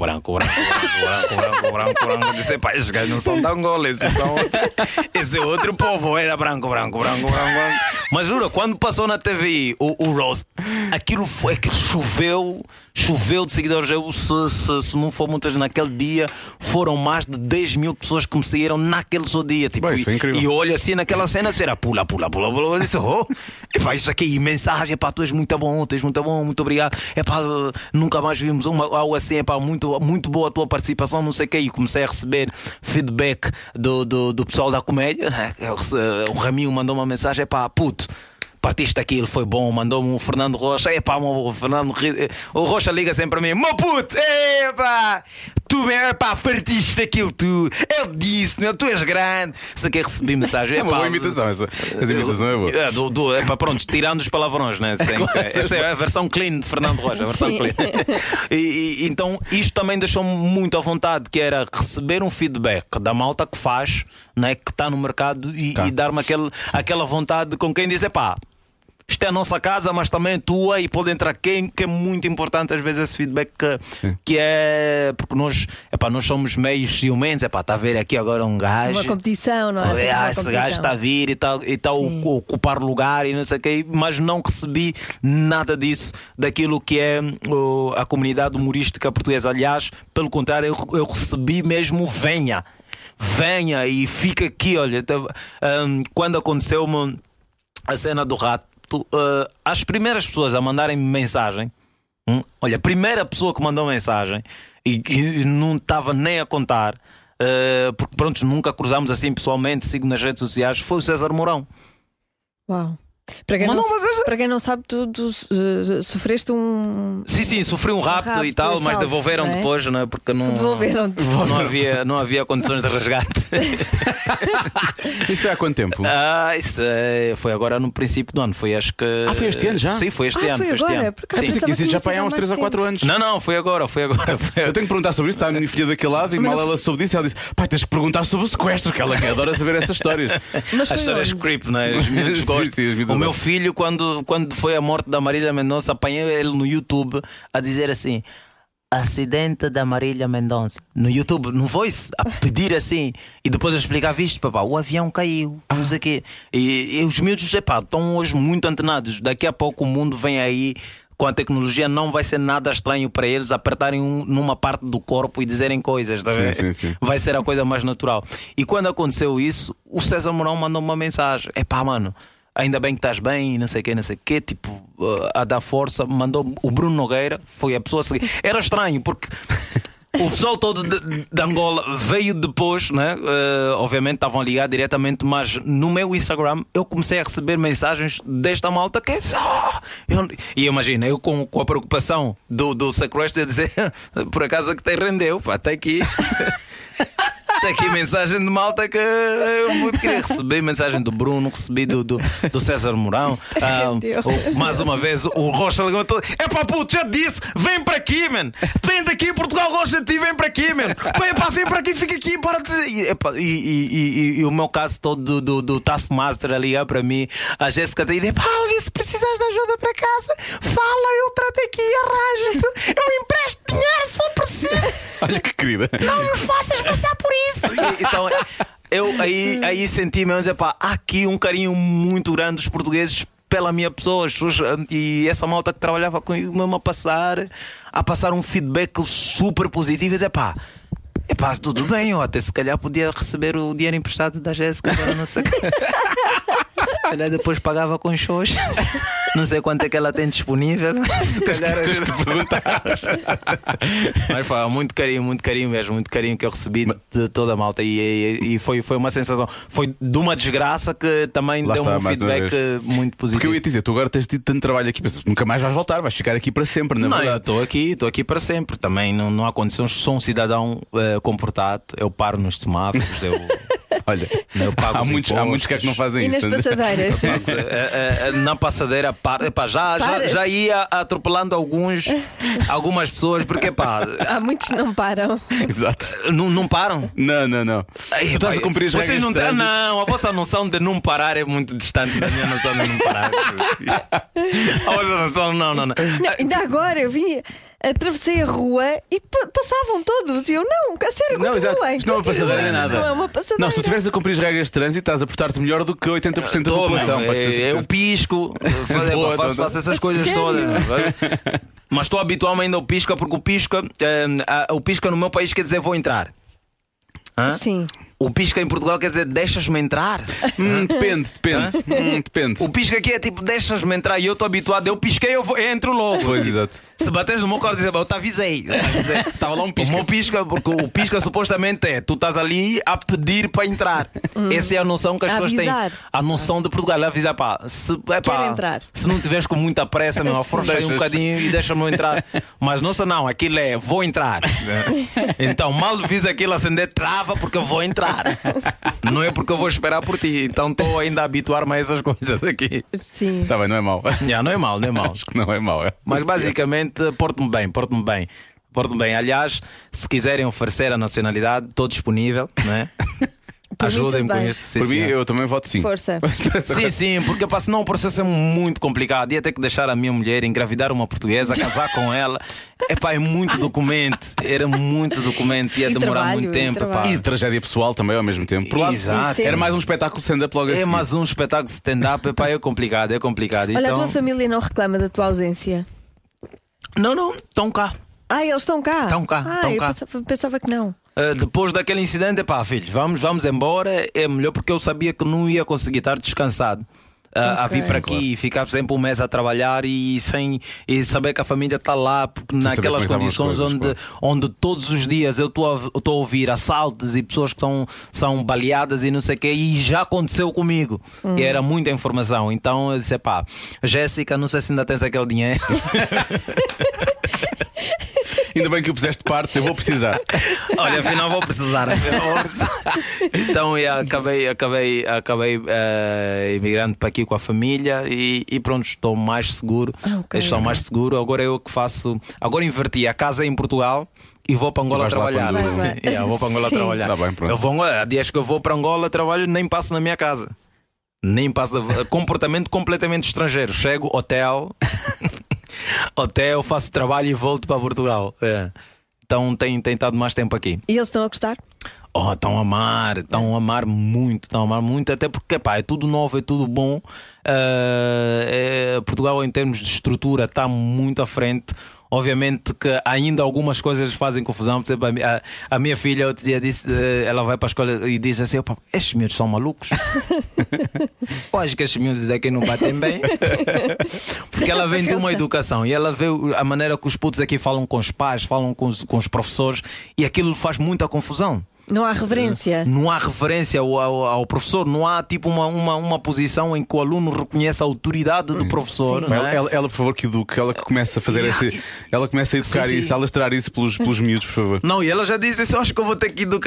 Eu disse: pá, esses gajos não são de Angola, esse é outro povo. Era branco. Mas juro, quando passou na TV o Roast, aquilo choveu de seguidores. Se não for muitas naquele dia, foram mais de 10 mil pessoas que me seguiram naquele só dia. Tipo, isso é incrível. E eu olho assim naquela cena, será pula. Eu disse: isso aqui, mensagem, tu és muito bom, muito obrigado. Nunca mais vimos algo assim, muito boa a tua participação, não sei o que. E comecei a receber feedback do pessoal da comédia. O Raminho mandou uma mensagem: puto, partiste aquilo, foi bom. Mandou-me o Fernando Rocha. O Rocha liga sempre para mim: meu puto, tu partiste aquilo, tu. Eu disse, tu és grande. Se quer receber mensagem, é uma boa imitação. Essa imitação é boa. Pronto, tirando os palavrões, né? Essa é a versão clean de Fernando Rocha. A versão clean. Então isto também deixou-me muito à vontade, que era receber um feedback da malta que faz, né? Que está no mercado e dar-me aquela vontade com quem diz: isto é a nossa casa, mas também é tua, e pode entrar quem, que é muito importante às vezes esse feedback que é porque nós somos meio ciumentos. Está a ver aqui agora um gajo, uma competição, não é? Esse gajo está a vir e está a ocupar lugar e não sei o que, mas não recebi nada disso daquilo que é a comunidade humorística portuguesa. Aliás, pelo contrário, eu recebi mesmo venha e fica aqui. Olha, quando aconteceu-me a cena do rato, as primeiras pessoas a mandarem-me mensagem, olha, a primeira pessoa que mandou mensagem e não estava nem a contar, porque pronto, nunca cruzámos assim pessoalmente, sigo nas redes sociais, foi o César Mourão. Uau. Para quem não sabe, tu sofreste um. Sim, sofri um rapto e tal, mas devolveram depois, não é? Porque não havia condições de resgate. Isso foi há quanto tempo? Isso foi agora no princípio do ano. Foi acho que. Foi este ano já? Sim, foi este ano. Foi agora. Pensei que isso já foi há uns 3 ou 4 anos. Não, foi agora. Eu tenho que perguntar sobre isso. Está a minha filha daquele lado e mal ela soube disso. Ela disse: pai, tens que perguntar sobre o sequestro, que ela adora saber essas histórias. As histórias creep, não é? Os miúdos gostam. O meu filho, quando foi a morte da Marília Mendonça, apanhei ele no YouTube a dizer assim: acidente da Marília Mendonça. No YouTube, no Voice, a pedir assim. E depois a explicar: viste, papá, o avião caiu, não sei o quê. E os miúdos, estão hoje muito antenados. Daqui a pouco o mundo vem aí. Com a tecnologia não vai ser nada estranho para eles apertarem numa parte do corpo e dizerem coisas, tá vendo? Sim. Vai ser a coisa mais natural. E quando aconteceu isso, o César Mourão mandou uma mensagem: mano, ainda bem que estás bem, não sei o quê, tipo, a dar força. Mandou o Bruno Nogueira, foi a pessoa a seguir. Era estranho porque o pessoal todo de Angola veio depois, né? Obviamente estavam a ligar diretamente, mas no meu Instagram eu comecei a receber mensagens desta malta que e imagina, eu com a preocupação do sequestro a dizer: por acaso que te rendeu, pá, está aqui. Tem aqui mensagem de malta que eu muito queria receber. Mensagem do Bruno, recebi do César Mourão. Mais uma vez o Rocha levantou: puto, já te disse, vem para aqui, man. Vem daqui, Portugal gosta de ti, vem para aqui, man. Vem para aqui, fica aqui, para e o meu caso todo do Taskmaster a ligar para mim, a Jéssica tem ideia: se precisas de ajuda para casa, fala, eu trato aqui, arranja-te, eu empresto dinheiro se for preciso. Olha que querida. Não me faças passar por isso. Então eu aí senti mesmo: há aqui um carinho muito grande dos portugueses pela minha pessoa. E essa malta que trabalhava comigo mesmo a passar um feedback super positivo. E dizer: tudo bem, eu até se calhar podia receber o dinheiro emprestado da Jéssica, não sei. Se calhar depois pagava com shows. Não sei quanto é que ela tem disponível. Se calhar tens que perguntar. Mas foi muito carinho mesmo, muito carinho que eu recebi de toda a malta. E foi uma sensação. Foi de uma desgraça que também deu um feedback muito positivo. Porque eu ia dizer: tu agora tens tido tanto trabalho aqui, mas nunca mais vais voltar, vais ficar aqui para sempre, na verdade. Não, estou aqui para sempre. Também não há condições. Sou um cidadão comportado. Eu paro nos semáforos. Olha, há muitos que não fazem isso. E nas passadeiras? Na passadeira, já ia atropelando algumas pessoas, porque há muitos que não param. Exato. Não param? Não. Tu estás a cumprir as regras. Não, a vossa noção de não parar é muito distante da minha noção de não parar. A vossa noção, não. Ainda agora eu vim. Atravessei a rua e passavam todos. E eu, a sério, continuem. Isto não é uma passadeira nem nada. Não é uma passadeira. Não, se tu estiveres a cumprir as regras de trânsito, estás a portar-te melhor do que 80% da população. Eu pisco, faço essas coisas todas. Mas estou habituado ainda ao pisca, porque o pisca no meu país quer dizer vou entrar. Sim. O pisca em Portugal quer dizer deixas-me entrar? Depende. O pisca aqui é tipo deixas-me entrar. E eu estou habituado, eu pisquei, eu entro logo. Pois, exato. Se bateres no meu carro, dizer, eu te avisei. Estava lá um pisca. O meu pisca, porque o pisca supostamente tu estás ali a pedir para entrar. Essa é a noção que as pessoas têm. A noção de Portugal é avisar: quero entrar. Se não tiveres com muita pressa, afrouxa aí um bocadinho e deixa-me entrar. Mas nossa, não, aquilo é vou entrar. Então mal fiz aquilo acender, trava, porque eu vou entrar. Não é porque eu vou esperar por ti. Então estou ainda a habituar-me a essas coisas aqui. Sim. Está bem, não é mau. Não é mau. Acho que não é mau. Mas basicamente porto-me bem. Aliás, se quiserem oferecer a nacionalidade, estou disponível, não é? Ajudem-me com isso. Por mim, eu também voto sim. Força. Sim, porque senão o processo é muito complicado. Ia ter que deixar a minha mulher engravidar uma portuguesa, casar com ela. É muito documento. Era muito documento. Ia demorar muito tempo. E tragédia pessoal também ao mesmo tempo. Exato. Era mais um espetáculo de stand-up logo assim. É mais um espetáculo de stand-up. É complicado. Olha, então... a tua família não reclama da tua ausência? Não, estão cá. Eles estão cá? Estão cá. Pensava que não. Depois daquele incidente, filhos, vamos embora. É melhor, porque eu sabia que não ia conseguir estar descansado. a vir para aqui e ficar sempre um mês a trabalhar e saber que a família está lá, porque naquelas condições onde todos os dias eu estou a ouvir assaltos e pessoas que são baleadas e não sei o quê, e já aconteceu comigo. E era muita informação. Então eu disse: pá, Jéssica, não sei se ainda tens aquele dinheiro. Ainda bem que o puseste de parte, eu vou precisar. Olha, afinal vou precisar. Então eu acabei emigrando para aqui com a família e pronto, estou mais seguro. Eles estão mais seguros. Agora eu que faço. Agora inverti, a casa é em Portugal e vou para Angola trabalhar. Vou para Angola trabalhar. Tá bem, há dias que eu vou para Angola trabalho, nem passo na minha casa. Nem passo. Comportamento completamente estrangeiro. Chego, hotel, faço trabalho e volto para Portugal. Então tem estado mais tempo aqui. E eles estão a gostar? Estão a amar muito, até porque é tudo novo, é tudo bom. Portugal, em termos de estrutura, está muito à frente. Obviamente que ainda algumas coisas fazem confusão. Por exemplo, a minha filha outro dia disse, ela vai para a escola e diz assim: estes miúdos são malucos. Eu acho que estes miúdos aqui não batem bem. Porque ela vem de uma educação e ela vê a maneira que os putos aqui falam com os pais, falam com os professores, e aquilo faz muita confusão. Não há reverência. Não há reverência ao professor. Não há tipo uma posição em que o aluno reconhece a autoridade do professor. Não é? Ela, por favor, que eduque. Ela que começa a fazer ela começa a educar isso, a lastrar isso pelos miúdos, por favor. Não, e ela já disse isso: eu acho que eu vou ter que educar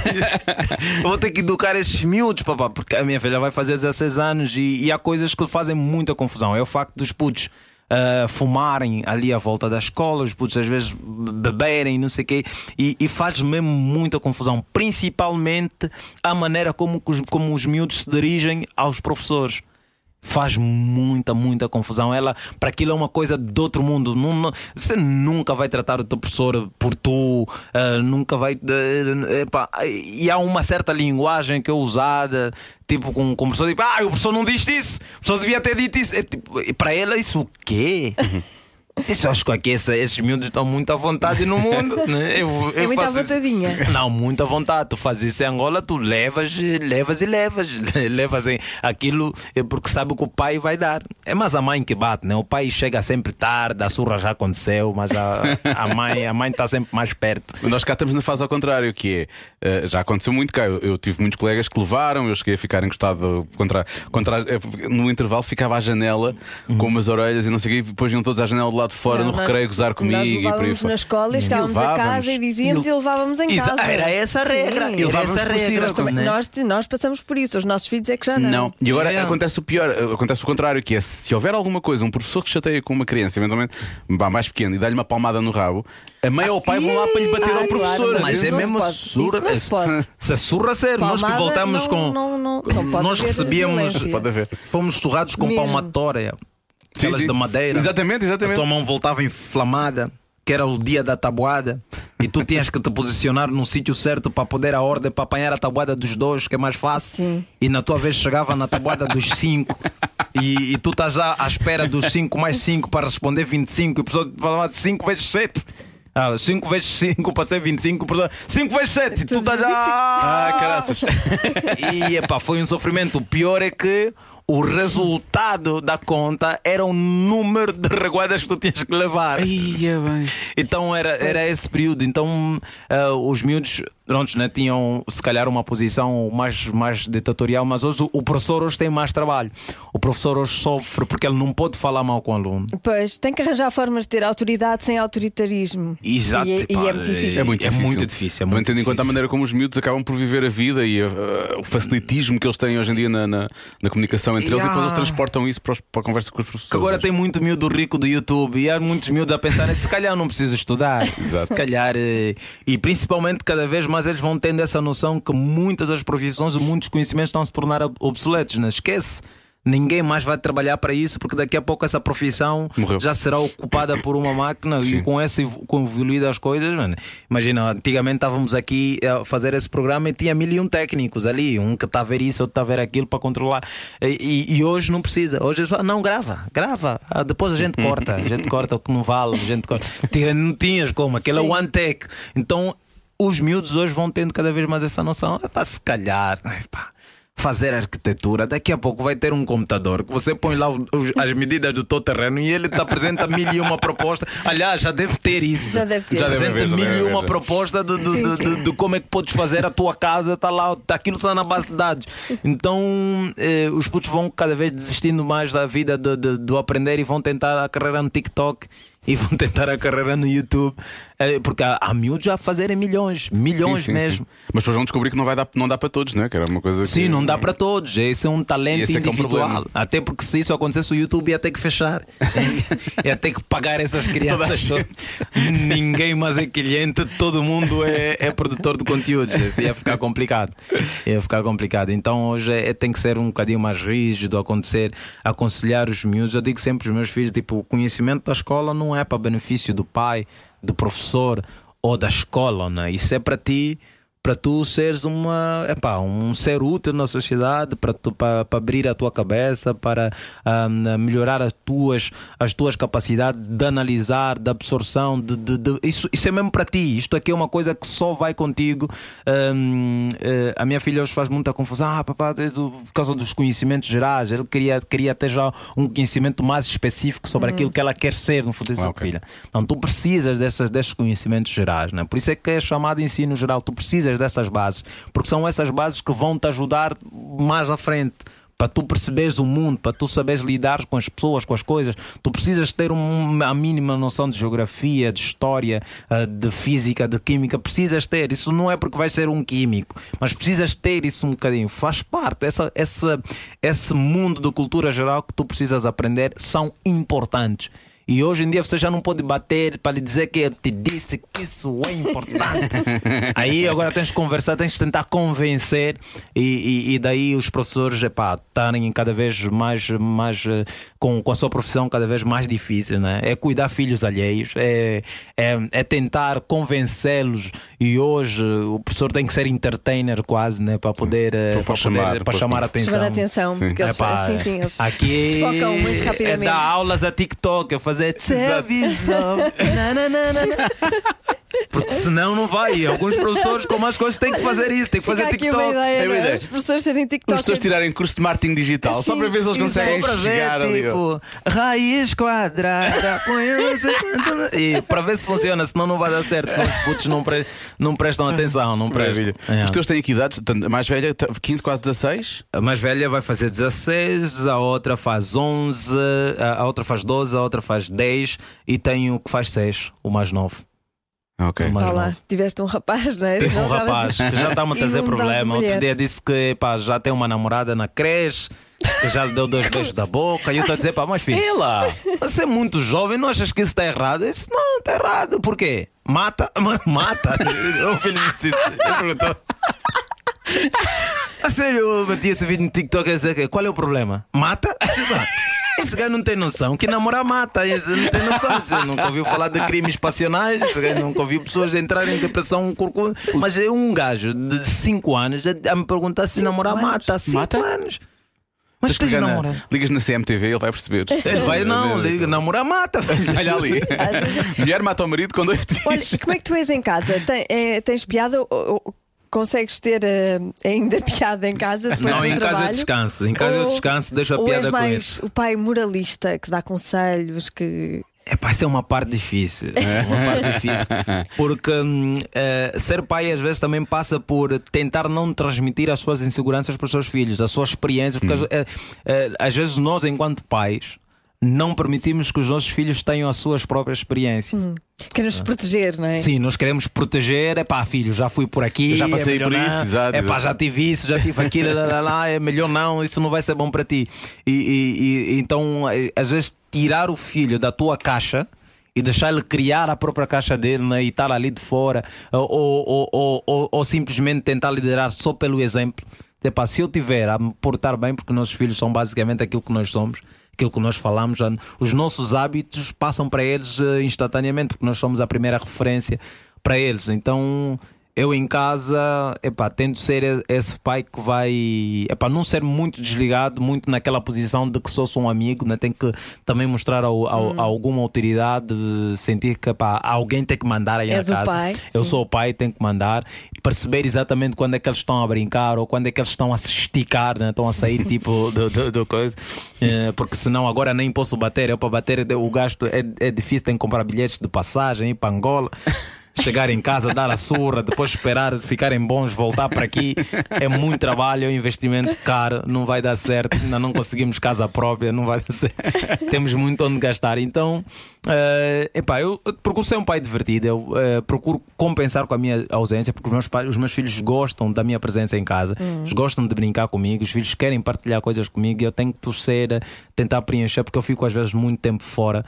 esses miúdos, papá, porque a minha filha vai fazer 16 anos e há coisas que fazem muita confusão. É o facto dos putos fumarem ali à volta da escola, os putos às vezes beberem, não sei o quê, e faz mesmo muita confusão, principalmente a maneira como os miúdos se dirigem aos professores. Faz muita confusão. Para aquilo é uma coisa de outro mundo. Você nunca vai tratar o teu professor por tu, nunca vai. E há uma certa linguagem que é usada, tipo com o professor, tipo: o professor não disse isso, o professor devia ter dito isso. E para ela, isso o quê? Isso, acho que aqui esses miúdos estão muito à vontade no mundo, né? É muito à vontadinha. Não, muita vontade. Tu fazes isso em Angola, tu levas aquilo, porque sabe que o pai vai dar. É mais a mãe que bate, né? O pai chega sempre tarde, a surra já aconteceu, mas a mãe está sempre mais perto. Nós cá estamos na fase ao contrário, que é, já aconteceu muito cá. Eu tive muitos colegas que levaram, eu cheguei a ficar encostado no intervalo, ficava à janela com umas orelhas e não sei o quê, e depois iam todos à janela do lado de fora, no recreio, gozar comigo. Nós levávamos na escola e chegávamos a casa e dizíamos e levávamos em casa. Era essa a regra. E levávamos por cima também. Nós passamos por isso, os nossos filhos é que já não. Não. E agora acontece o pior, acontece o contrário, que é: se houver alguma coisa, um professor que chateia com uma criança, eventualmente mais pequena, e dá-lhe uma palmada no rabo, a mãe ou o pai vão lá para lhe bater ao professor. Claro, mas é mesmo surra. Se a surra ser, nós que voltamos nós recebíamos, fomos surrados com palmatória. Aquelas de madeira. Exatamente. A tua mão voltava inflamada, que era o dia da tabuada, e tu tinhas que te posicionar num sítio certo para poder a ordem, para apanhar a tabuada dos 2, que é mais fácil. Sim. E na tua vez chegava na tabuada dos 5 e tu estás já à espera dos 5 mais 5 para responder 25, e o professor falava 5 vezes 7. 5 vezes 5 para ser 25, 5 vezes 7, e tu estás já. Caraças. E foi um sofrimento. O pior é que o resultado da conta era o número de reguadas que tu tinhas que levar. Então era esse período. Então os miúdos tinham se calhar uma posição mais ditatorial, mas hoje o professor hoje tem mais trabalho. O professor hoje sofre porque ele não pode falar mal com o aluno. Pois, tem que arranjar formas de ter autoridade sem autoritarismo. Exato. E é muito difícil. É muito difícil. Não tendo em conta a maneira como os miúdos acabam por viver a vida e o facilitismo que eles têm hoje em dia na comunicação entre eles, e depois eles transportam isso para a conversa com os professores. Que agora tem muito miúdo rico do YouTube e há muitos miúdos a pensar: se calhar não preciso estudar. Exato. Se calhar, e principalmente cada vez mais eles vão tendo essa noção que muitas das profissões e muitos conhecimentos estão a se tornar obsoletos. Não esquece. Ninguém mais vai trabalhar para isso, porque daqui a pouco essa profissão já será ocupada por uma máquina. Sim. E com evoluídas as coisas, mano. Imagina, antigamente estávamos aqui a fazer esse programa e tinha 1001 técnicos ali, um que está a ver isso, outro está a ver aquilo para controlar. E hoje não precisa. Hoje não, grava. Depois a gente corta o que não vale, a gente corta. Não tinhas como, aquele é one take. Então os miúdos hoje vão tendo cada vez mais essa noção. Se calhar, fazer arquitetura, daqui a pouco vai ter um computador que você põe lá as medidas do teu terreno e ele te apresenta 1001 propostas. Aliás, já deve ter isso. Já deve ter. Já apresenta 1001 propostas de como é que podes fazer a tua casa. Está lá, aquilo está na base de dados. Então os putos vão cada vez desistindo mais da vida do aprender e vão tentar a carreira no TikTok e vão tentar a carreira no YouTube, porque há miúdos a fazerem milhões sim, mesmo. Sim. Mas depois vão descobrir que não dá para todos, não é? Que era uma coisa que... Sim, não dá para todos. Esse é um talento individual. Até porque se isso acontecesse, o YouTube ia ter que fechar, ia ter que pagar essas crianças. Ninguém mais é cliente, todo mundo é produtor de conteúdos. Ia ficar complicado. Então hoje tem que ser um bocadinho mais rígido, aconselhar os miúdos. Eu digo sempre aos meus filhos, tipo, o conhecimento da escola não é para benefício do pai, do professor ou da escola, né? Isso é para ti, para tu seres um ser útil na sociedade, para abrir a tua cabeça, para melhorar as tuas capacidades de analisar, de absorção, isso é mesmo para ti. Isto aqui é uma coisa que só vai contigo. A minha filha hoje faz muita confusão. Papá, por causa dos conhecimentos gerais, ele queria ter já um conhecimento mais específico sobre aquilo que ela quer ser no futuro. Filha, não, tu precisas desses conhecimentos gerais, né? Por isso é que é chamado ensino geral. Tu precisas dessas bases, porque são essas bases que vão te ajudar mais à frente, para tu perceberes o mundo, para tu saberes lidar com as pessoas, com as coisas. Tu precisas ter a mínima noção de geografia, de história, de física, de química. Precisas ter. Isso não é porque vais ser um químico, mas precisas ter isso um bocadinho. Faz parte. Esse mundo de cultura geral que tu precisas aprender são importantes. E hoje em dia você já não pode bater para lhe dizer que eu te disse que isso é importante. Aí agora tens de conversar, tens de tentar convencer. E daí os professores estarem cada vez mais com a sua profissão cada vez mais difícil, né? É cuidar filhos alheios, é tentar convencê-los. E hoje o professor tem que ser entertainer quase, né? Para poder para chamar a atenção. Chamar a atenção, porque eles aqui se focam muito rapidamente. É dar aulas a TikTok, a fazer televisão. Porque senão não vai. Alguns professores com mais coisas têm que fazer isso, têm que fazer TikTok. Uma ideia, os professores serem TikTok. Os professores tirarem curso de marketing digital, só para ver se eles conseguem chegar ali. Tipo, raiz quadrada, e para ver se funciona, senão não vai dar certo. Os putos não prestam atenção. Não prestam. Os teus têm que idades? A mais velha, 15, quase 16? A mais velha vai fazer 16, a outra faz 11, a outra faz 12, a outra faz 10 e tem o que faz 6, o mais novo. Ok. Lá, tiveste um rapaz, não é? Um rapaz que já está-me a trazer problema. Outro dia disse que já tem uma namorada na creche, que já lhe deu 2 beijos da boca. E eu estou a dizer, mas filho, você é muito jovem, não achas que isso está errado? Eu disse, não, está errado. Por quê? Mata? O filho disse isso. Ele perguntou. A sério, eu bati esse vídeo no TikTok a dizer, qual é o problema? Mata? Esse gajo não tem noção que namorar mata. Esse não tem noção. Você nunca ouviu falar de crimes passionais. Esse gajo nunca ouviu pessoas entrarem em depressão. Mas é um gajo de 5 anos a me perguntar se namorar mata. 5 anos. Mas que ligas na CMTV, ele vai perceber. Ele vai, liga, namorar mata. Olha ali. Mulher mata o marido com 2 dias. Olha, como é que tu és em casa? Tens piada ou consegues ter ainda piada em casa depois não, do em trabalho? Casa eu descanso. Em casa eu descanso, deixo a piada és mais com isso. o pai moralista que dá conselhos, que... Isso é uma parte difícil. Porque ser pai às vezes também passa por tentar não transmitir as suas inseguranças para os seus filhos, as suas experiências, porque às vezes nós, enquanto pais, não permitimos que os nossos filhos tenham as suas próprias experiências. Queremos proteger, não é? Sim, nós queremos proteger. Filho, já fui por aqui, já passei por isso, exato. Já tive isso, já tive aquilo, é melhor não, isso não vai ser bom para ti. Então, às vezes, tirar o filho da tua caixa e deixar ele criar a própria caixa dele, né, e estar ali de fora, ou simplesmente tentar liderar só pelo exemplo. Se eu tiver a me portar bem, porque nossos filhos são basicamente aquilo que nós somos, aquilo que nós falamos, os nossos hábitos passam para eles instantaneamente, porque nós somos a primeira referência para eles. Então eu em casa, tento ser esse pai que vai, não ser muito desligado, muito naquela posição de que sou um amigo, né? Tenho que também mostrar alguma autoridade, sentir que alguém tem que mandar aí na casa. Pai, eu sou o pai, tenho que mandar, perceber exatamente quando é que eles estão a brincar ou quando é que eles estão a se esticar, né? Estão a sair tipo do coisa, porque senão agora nem posso bater. Eu para bater o gasto é difícil, tenho que comprar bilhetes de passagem, ir para Angola. Chegar em casa, dar a surra, depois esperar ficarem bons, voltar para aqui. É muito trabalho, é um investimento caro, não vai dar certo. Ainda não conseguimos casa própria, não vai dar certo. Temos muito onde gastar. Então, eu procuro ser um pai divertido. Eu procuro compensar com a minha ausência, porque os meus filhos gostam da minha presença em casa, eles gostam de brincar comigo, os filhos querem partilhar coisas comigo e eu tenho que torcer, tentar preencher, porque eu fico às vezes muito tempo fora.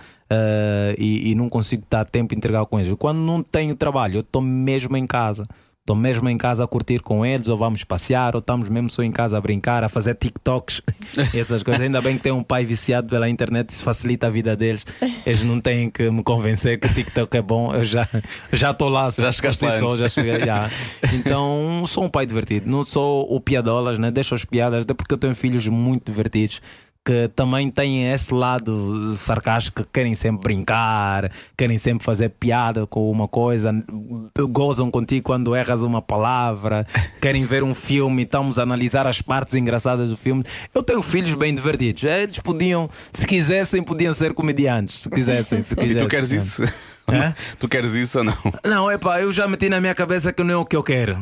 E não consigo estar tempo a entregar com eles. Quando não tenho trabalho, eu estou mesmo em casa. Estou mesmo em casa a curtir com eles, ou vamos passear, ou estamos mesmo só em casa a brincar, a fazer TikToks, essas coisas. Ainda bem que tem um pai viciado pela internet, isso facilita a vida deles. Eles não têm que me convencer que o TikTok é bom. Eu já estou lá, já chegaste lá já cheguei. Já. Então sou um pai divertido, não sou o piadolas, né? Deixo as piadas, até porque eu tenho filhos muito divertidos que também têm esse lado sarcástico, que querem sempre brincar, querem sempre fazer piada com uma coisa, gozam contigo quando erras uma palavra, querem ver um filme e estamos a analisar as partes engraçadas do filme. Eu tenho filhos bem divertidos. Eles podiam, se quisessem, podiam ser comediantes. Se quisessem. E tu queres isso? Tu queres isso ou não? Não, eu já meti na minha cabeça que não é o que eu quero.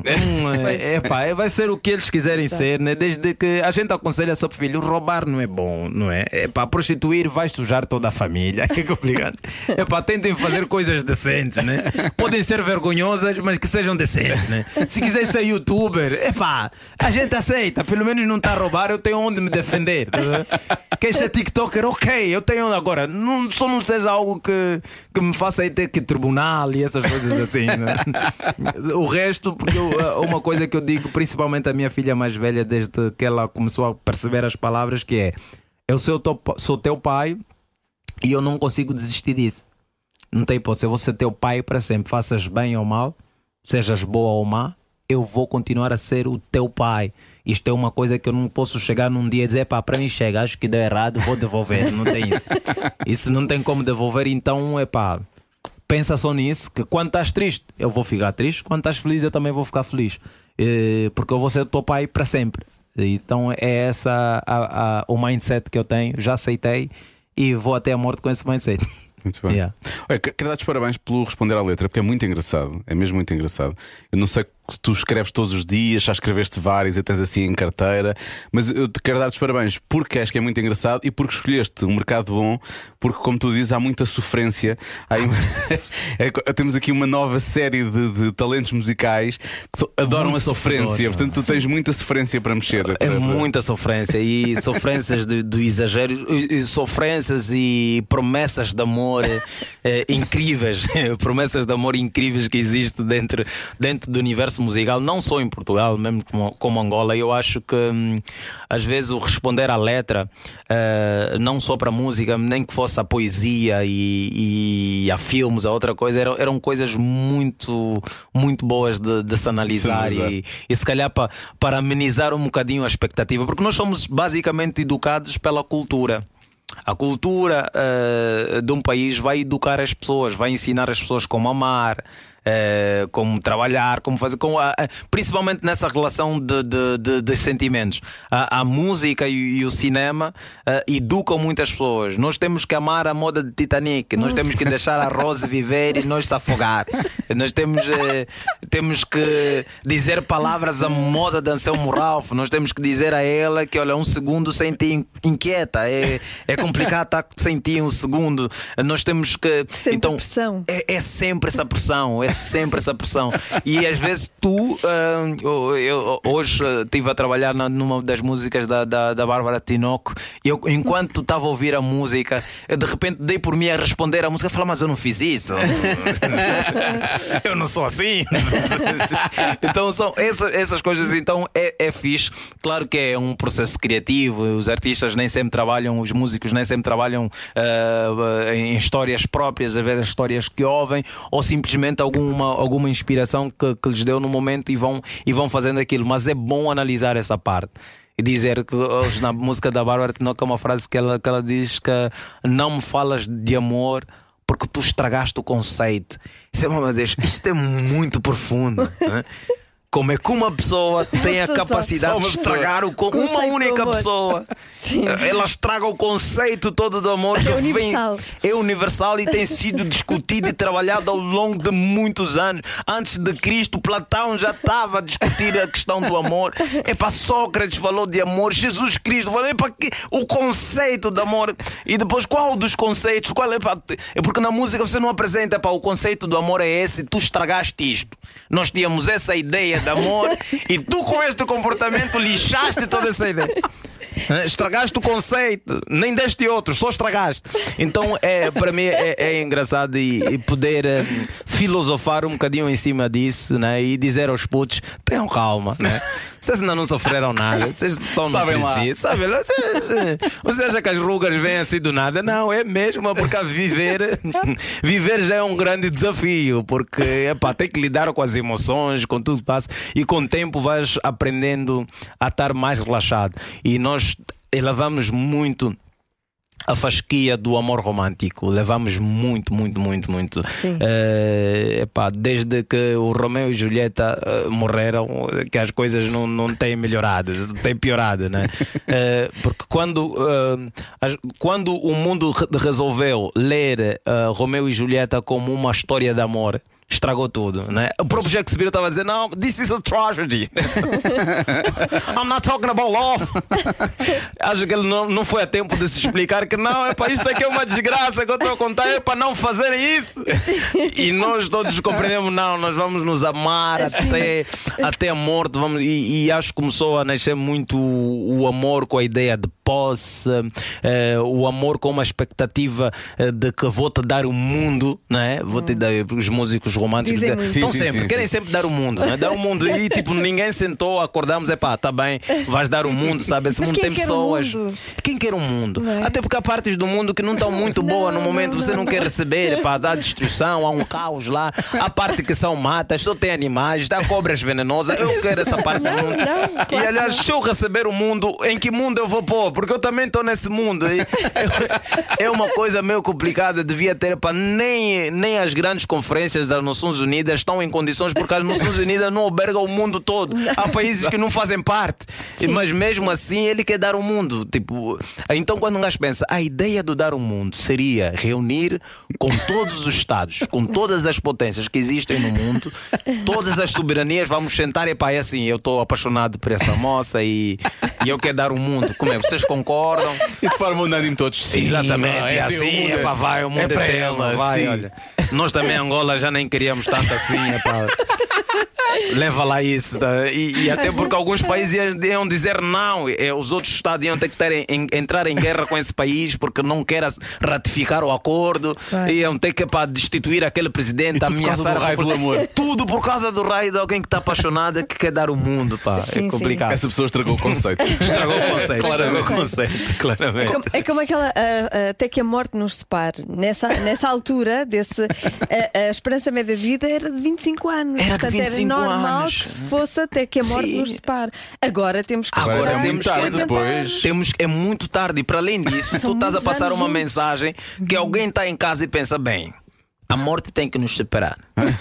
Vai ser o que eles quiserem ser, né? Desde que a gente aconselha sobre filho, roubar não é bom, não é? Prostituir vai sujar toda a família. É complicado. Tentem fazer coisas decentes, né? Podem ser vergonhosas, mas que sejam decentes, né? Se quiser ser youtuber, a gente aceita. Pelo menos não está a roubar, eu tenho onde me defender. Tá? Quer ser tiktoker? Ok, eu tenho agora. Só não seja algo que me faça ir ter que tribunal e essas coisas assim, né? O resto, porque uma coisa que eu digo, principalmente a minha filha mais velha, desde que ela começou a perceber as palavras, que é: eu sou teu pai e eu não consigo desistir disso. Não tem hipótese, eu vou ser teu pai para sempre. Faças bem ou mal, sejas boa ou má, eu vou continuar a ser o teu pai. Isto é uma coisa que eu não posso chegar num dia e dizer: para mim chega, acho que deu errado, vou devolver. Não tem isso. Isso não tem como devolver. Então pensa só nisso, que quando estás triste eu vou ficar triste, quando estás feliz eu também vou ficar feliz, porque eu vou ser o teu pai para sempre. Então é essa o mindset que eu tenho. Já aceitei e vou até a morte com esse mindset. Muito bem. Olha, quero dar-te parabéns pelo responder à letra, porque é muito engraçado. É mesmo muito engraçado. Eu não sei se tu escreves todos os dias, já escreveste vários e tens assim em carteira, mas eu te quero dar-te parabéns porque acho que é muito engraçado e porque escolheste um mercado bom, porque, como tu dizes, há muita sofrência. Temos aqui uma nova série de talentos musicais que adoram a sofrência. Portanto, tu tens muita sofrência para mexer. Muita sofrência e sofrências do exagero, sofrências e promessas de amor incríveis. Promessas de amor incríveis que existem dentro do universo musical, não só em Portugal, mesmo como Angola. Eu acho que às vezes o responder à letra, não só para a música, nem que fosse a poesia e a filmes, a outra coisa, eram coisas muito, muito boas de se analisar e se calhar para amenizar um bocadinho a expectativa, porque nós somos basicamente educados pela cultura. A cultura de um país vai educar as pessoas, vai ensinar as pessoas como amar, como trabalhar, como fazer, principalmente nessa relação de sentimentos. A música e o cinema educam muitas pessoas. Nós temos que amar a moda de Titanic, nós temos que deixar a Rose viver e nós se afogar. Nós temos que dizer palavras à moda de Anselmo Ralph. Nós temos que dizer a ela que, olha, um segundo sem ti inquieta, é complicado estar sem ti um segundo. Nós temos que. Sempre então pressão. É sempre essa pressão. É sempre essa pressão. E às vezes eu hoje estive a trabalhar numa das músicas da Bárbara Tinoco, e eu, enquanto estava a ouvir a música, eu de repente dei por mim a responder à música e falei: mas eu não fiz isso. Eu não sou assim. Então são essas coisas. Então é fixe. Claro que é um processo criativo. Os artistas nem sempre trabalham, os músicos nem sempre trabalham em histórias próprias, às vezes histórias que ouvem, ou simplesmente alguma alguma inspiração que lhes deu no momento e vão fazendo aquilo. Mas é bom analisar essa parte. E dizer que hoje na música da Bárbara Tinoco é uma frase que ela diz que não me falas de amor porque tu estragaste o conceito. Isto é muito profundo, né? Como é que uma pessoa tem a capacidade de estragar uma única pessoa? Sim. Ela estraga o conceito todo do amor, que é universal e tem sido discutido e trabalhado ao longo de muitos anos. Antes de Cristo, Platão já estava a discutir a questão do amor. Sócrates falou de amor, Jesus Cristo falou o conceito de amor. E depois, qual dos conceitos? É porque na música você não apresenta o conceito do amor é esse, tu estragaste isto. Nós tínhamos essa ideia de amor e tu com este comportamento lixaste toda essa ideia. Estragaste o conceito, nem deste outro, só estragaste. Então para mim é engraçado e poder filosofar um bocadinho em cima disso, né? E dizer aos putos: tenham calma, né? Vocês ainda não sofreram nada, vocês estão no princípio, sabem lá? Você acha que as rugas vêm assim do nada? Não, é mesmo, porque viver já é um grande desafio, porque tem que lidar com as emoções, com tudo que passa, e com o tempo vais aprendendo a estar mais relaxado. E nós elevamos muito a fasquia do amor romântico. Levamos muito. Desde que o Romeu e Julieta morreram, que as coisas não têm melhorado, têm piorado, né? Porque quando o mundo resolveu ler Romeu e Julieta como uma história de amor, estragou tudo, né? O próprio Shakespeare estava a dizer: não, this is a tragedy. I'm not talking about love. Acho que ele não foi a tempo de se explicar que não, isso aqui é uma desgraça que eu estou a contar, é para não fazerem isso. E nós todos compreendemos: não, nós vamos nos amar até a morte. E acho que começou a nascer muito o amor com a ideia de posse, o amor com uma expectativa de que vou-te dar o mundo, né? Vou-te dar. Os músicos românticos querem sempre dar o mundo, né? Dar o mundo e ninguém sentou, acordamos, tá bem, vais dar o mundo, sabe? Esse mundo tem pessoas. Quem quer o mundo? É? Até porque há partes do mundo que não estão muito boas no momento, você não quer receber, dá destruição, há um caos lá, há parte que são matas, só tem animais, dá cobras venenosas, eu quero essa parte do mundo. E aliás, se eu receber o mundo, em que mundo eu vou pôr? Porque eu também estou nesse mundo. É uma coisa meio complicada, devia ter, nem as grandes conferências das Nações Unidas estão em condições, porque as Nações Unidas não albergam o mundo todo. Há países que não fazem parte. Mas mesmo assim ele quer dar o mundo. Então quando um gajo pensa, a ideia de dar o mundo seria reunir com todos os Estados, com todas as potências que existem no mundo, todas as soberanias, vamos sentar e é assim, eu estou apaixonado por essa moça e eu quero dar o mundo. Como é? Vocês concordam? E de forma unânime todos. Sim, exatamente. É assim, vai, o mundo é dela. Vai, olha. Nós também, Angola, já nem queríamos tanto assim. Leva lá isso. E até porque alguns países iam dizer não. Os outros Estados iam ter que entrar em guerra com esse país porque não quer ratificar o acordo. Iam ter que destituir aquele presidente, ameaçar o raio do amor. Tudo por causa do raio de alguém que está apaixonado, que quer dar o mundo. Sim, é complicado. Essa pessoa estragou o conceito. Claramente. É como aquela até que a morte nos separe. Nessa altura, a esperança média de vida era de 25 anos. Era de 25 era normal anos. que fosse até que a morte nos separe. Agora temos que é muito tarde. E para além disso, tu estás a passar uma mensagem que alguém está em casa e pensa: bem, a morte tem que nos separar.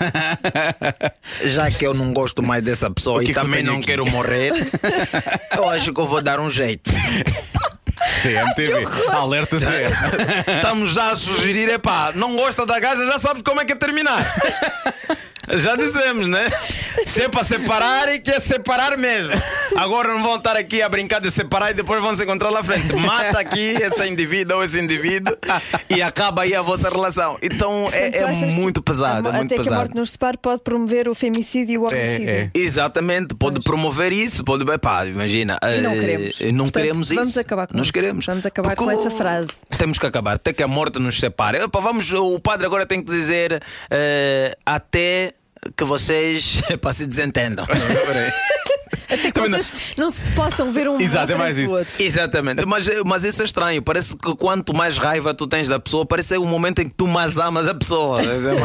Já que eu não gosto mais dessa pessoa e também não quero morrer, eu acho que eu vou dar um jeito. CMTV, alerta zero. Estamos já a sugerir, não gosta da gaja, já sabes como é que é terminar. Já dissemos, né? Se é para separar, e quer separar mesmo. Agora não vão estar aqui a brincar de separar e depois vão se encontrar lá frente. Mata aqui esse indivíduo ou esse indivíduo e acaba aí a vossa relação. Então é muito pesado. Até que a morte nos separe pode promover o femicídio e o homicídio. Exatamente, pode promover isso. Imagina. E não queremos. Não Portanto, queremos vamos isso. Acabar com Nós isso. queremos. Vamos acabar com essa frase. Temos que acabar, até que a morte nos separe. O padre agora tem que dizer até que vocês se desentendam. Até que vocês não se possam ver um. Exato, é mais isso. Exatamente, mas isso é estranho. Parece que quanto mais raiva tu tens da pessoa, parece ser o momento em que tu mais amas a pessoa.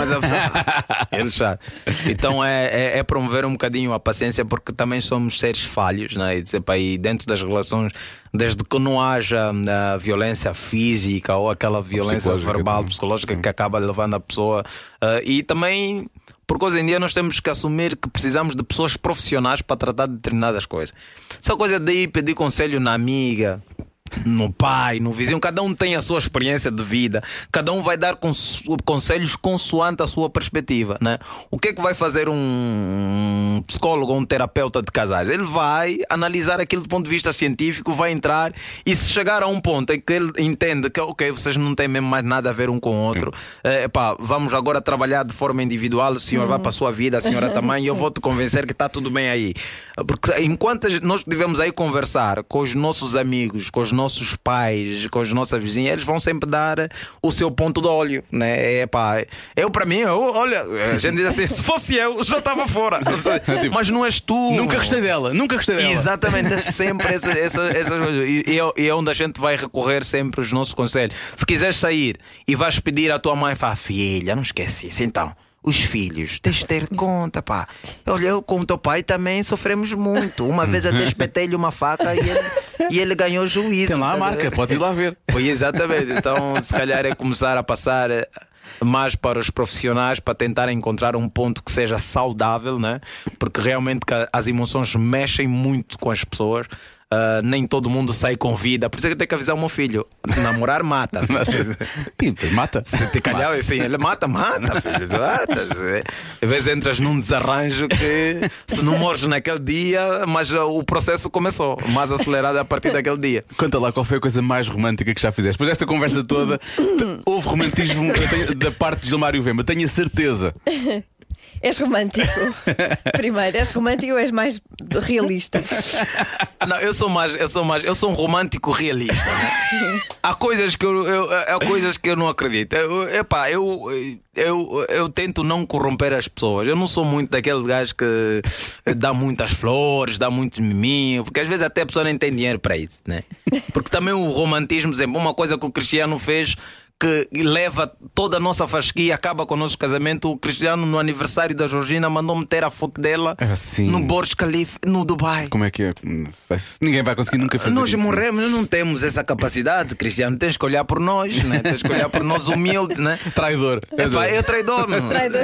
É chato. Então é promover um bocadinho a paciência, porque também somos seres falhos, né? E dentro das relações, desde que não haja violência física ou aquela violência verbal, psicológica que acaba levando a pessoa. E também, porque hoje em dia nós temos que assumir que precisamos de pessoas profissionais para tratar de determinadas coisas. Essa coisa de ir pedir conselho na amiga, no pai, no vizinho, cada um tem a sua experiência de vida, cada um vai dar conselhos consoante a sua perspectiva, né? O que é que vai fazer um psicólogo ou um terapeuta de casais? Ele vai analisar aquilo do ponto de vista científico, vai entrar, e se chegar a um ponto em que ele entende que ok, vocês não têm mesmo mais nada a ver um com o outro, vamos agora trabalhar de forma individual, o senhor vai para a sua vida, a senhora também, e eu vou te convencer que está tudo bem aí. Porque enquanto nós estivermos aí conversar com os nossos amigos, com os nossos pais, com as nossas vizinhas, eles vão sempre dar o seu ponto de olho, né? Eu para mim, olha, a gente diz assim, se fosse eu, já estava fora. Mas não és tu. Nunca gostei dela. Exatamente, é sempre essas coisas. E é onde a gente vai recorrer sempre aos nossos conselhos. Se quiseres sair e vais pedir à tua mãe, filha, não esquece isso, então. Os filhos, tens de ter conta, pá. Olha, eu com o teu pai também sofremos muito. Uma vez até espetei-lhe uma faca e ele ganhou juízo. Tem lá a marca, pode ir lá ver. Pois, exatamente. Então, se calhar é começar a passar mais para os profissionais, para tentar encontrar um ponto que seja saudável, né? Porque realmente as emoções mexem muito com as pessoas. Nem todo mundo sai com vida. Por isso é que eu tenho que avisar o meu filho: namorar mata. Mata. Se te calhar assim, ele mata, filho. Às vezes entras num desarranjo que, se não morres naquele dia, mas o processo começou mais acelerado a partir daquele dia. Conta lá, qual foi a coisa mais romântica que já fizeste? Depois desta conversa toda, houve romantismo da parte de Gilmário Vemba, tenho a certeza. És romântico. Primeiro, és romântico ou és mais realista? Não, eu sou um romântico realista, né? Há coisas que eu não acredito. Eu tento não corromper as pessoas. Eu não sou muito daqueles gajos que dá muitas flores, dá muito miminho, porque às vezes até a pessoa nem tem dinheiro para isso, né? Porque também o romantismo, por exemplo, uma coisa que o Cristiano fez, que leva toda a nossa fasquia e acaba com o nosso casamento. O Cristiano, no aniversário da Georgina, mandou meter a foto dela assim, no Burj Khalifa, no Dubai. Como é que é? Ninguém vai conseguir nunca fazer nós isso. Nós morremos, não temos essa capacidade, Cristiano. Tens que olhar por nós, né? Tens que olhar por nós humildes, né? Traidor. É traidor, não? Traidor.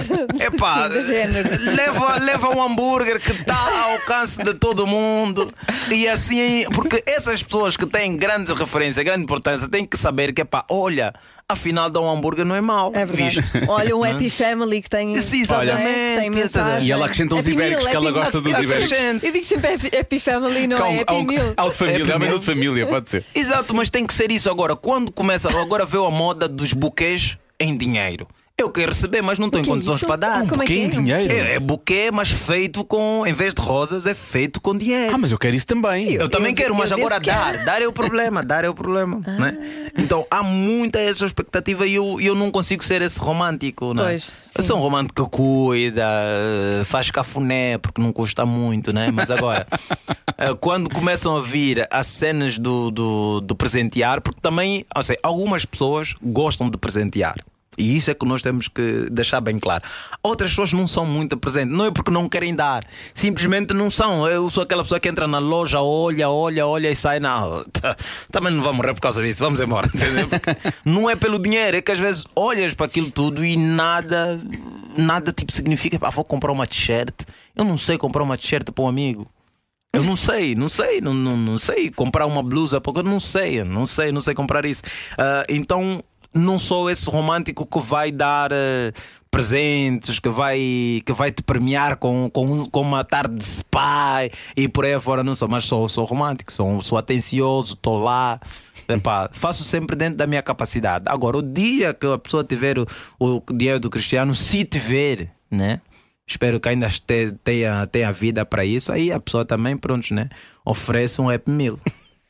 Leva um hambúrguer que está ao alcance de todo mundo. E assim, porque essas pessoas que têm grandes referências, grande importância, têm que saber que olha, afinal, dar um hambúrguer não é mau. É verdade. Olha, um Happy Family que tem. Sim, exatamente. Tem mensagem. E ela acrescenta uns ibéricos, que ela gosta dos ibéricos. Eu digo sempre Happy Family, não é Happy Meal. Ao de família, é um menu de família, pode ser. Exato, mas tem que ser isso agora. Quando começa, agora veio a moda dos buquês em dinheiro. Eu quero receber, mas não estou em condições para dar. Como buquê em dinheiro? É buquê, mas feito com, em vez de rosas, é feito com dinheiro. Mas eu quero isso também. Eu também quero, mas agora dar é o problema, né? Então há muita essa expectativa e eu não consigo ser esse romântico, né? Pois, eu sou um romântico que cuida, faz cafuné porque não custa muito, né? Mas agora, quando começam a vir as cenas do presentear, porque também, algumas pessoas gostam de presentear. E isso é que nós temos que deixar bem claro. Outras pessoas não são muito presentes. Não é porque não querem dar, simplesmente não são. Eu sou aquela pessoa que entra na loja, olha e sai. Não, também não vamos morrer por causa disso, vamos embora. Não é pelo dinheiro, é que às vezes olhas para aquilo tudo e nada tipo significa, vou comprar uma t-shirt. Eu não sei comprar uma t-shirt para um amigo. Eu não sei comprar uma blusa, porque eu não sei comprar isso. Então não sou esse romântico que vai dar presentes, que vai te premiar com uma tarde de spa e por aí fora. Não sou, mas sou romântico, sou atencioso, estou lá. Faço sempre dentro da minha capacidade. Agora, o dia que a pessoa tiver o dinheiro do Cristiano, se tiver, né? Espero que ainda tenha vida para isso. Aí a pessoa também, pronto, né? Oferece um Happy Meal.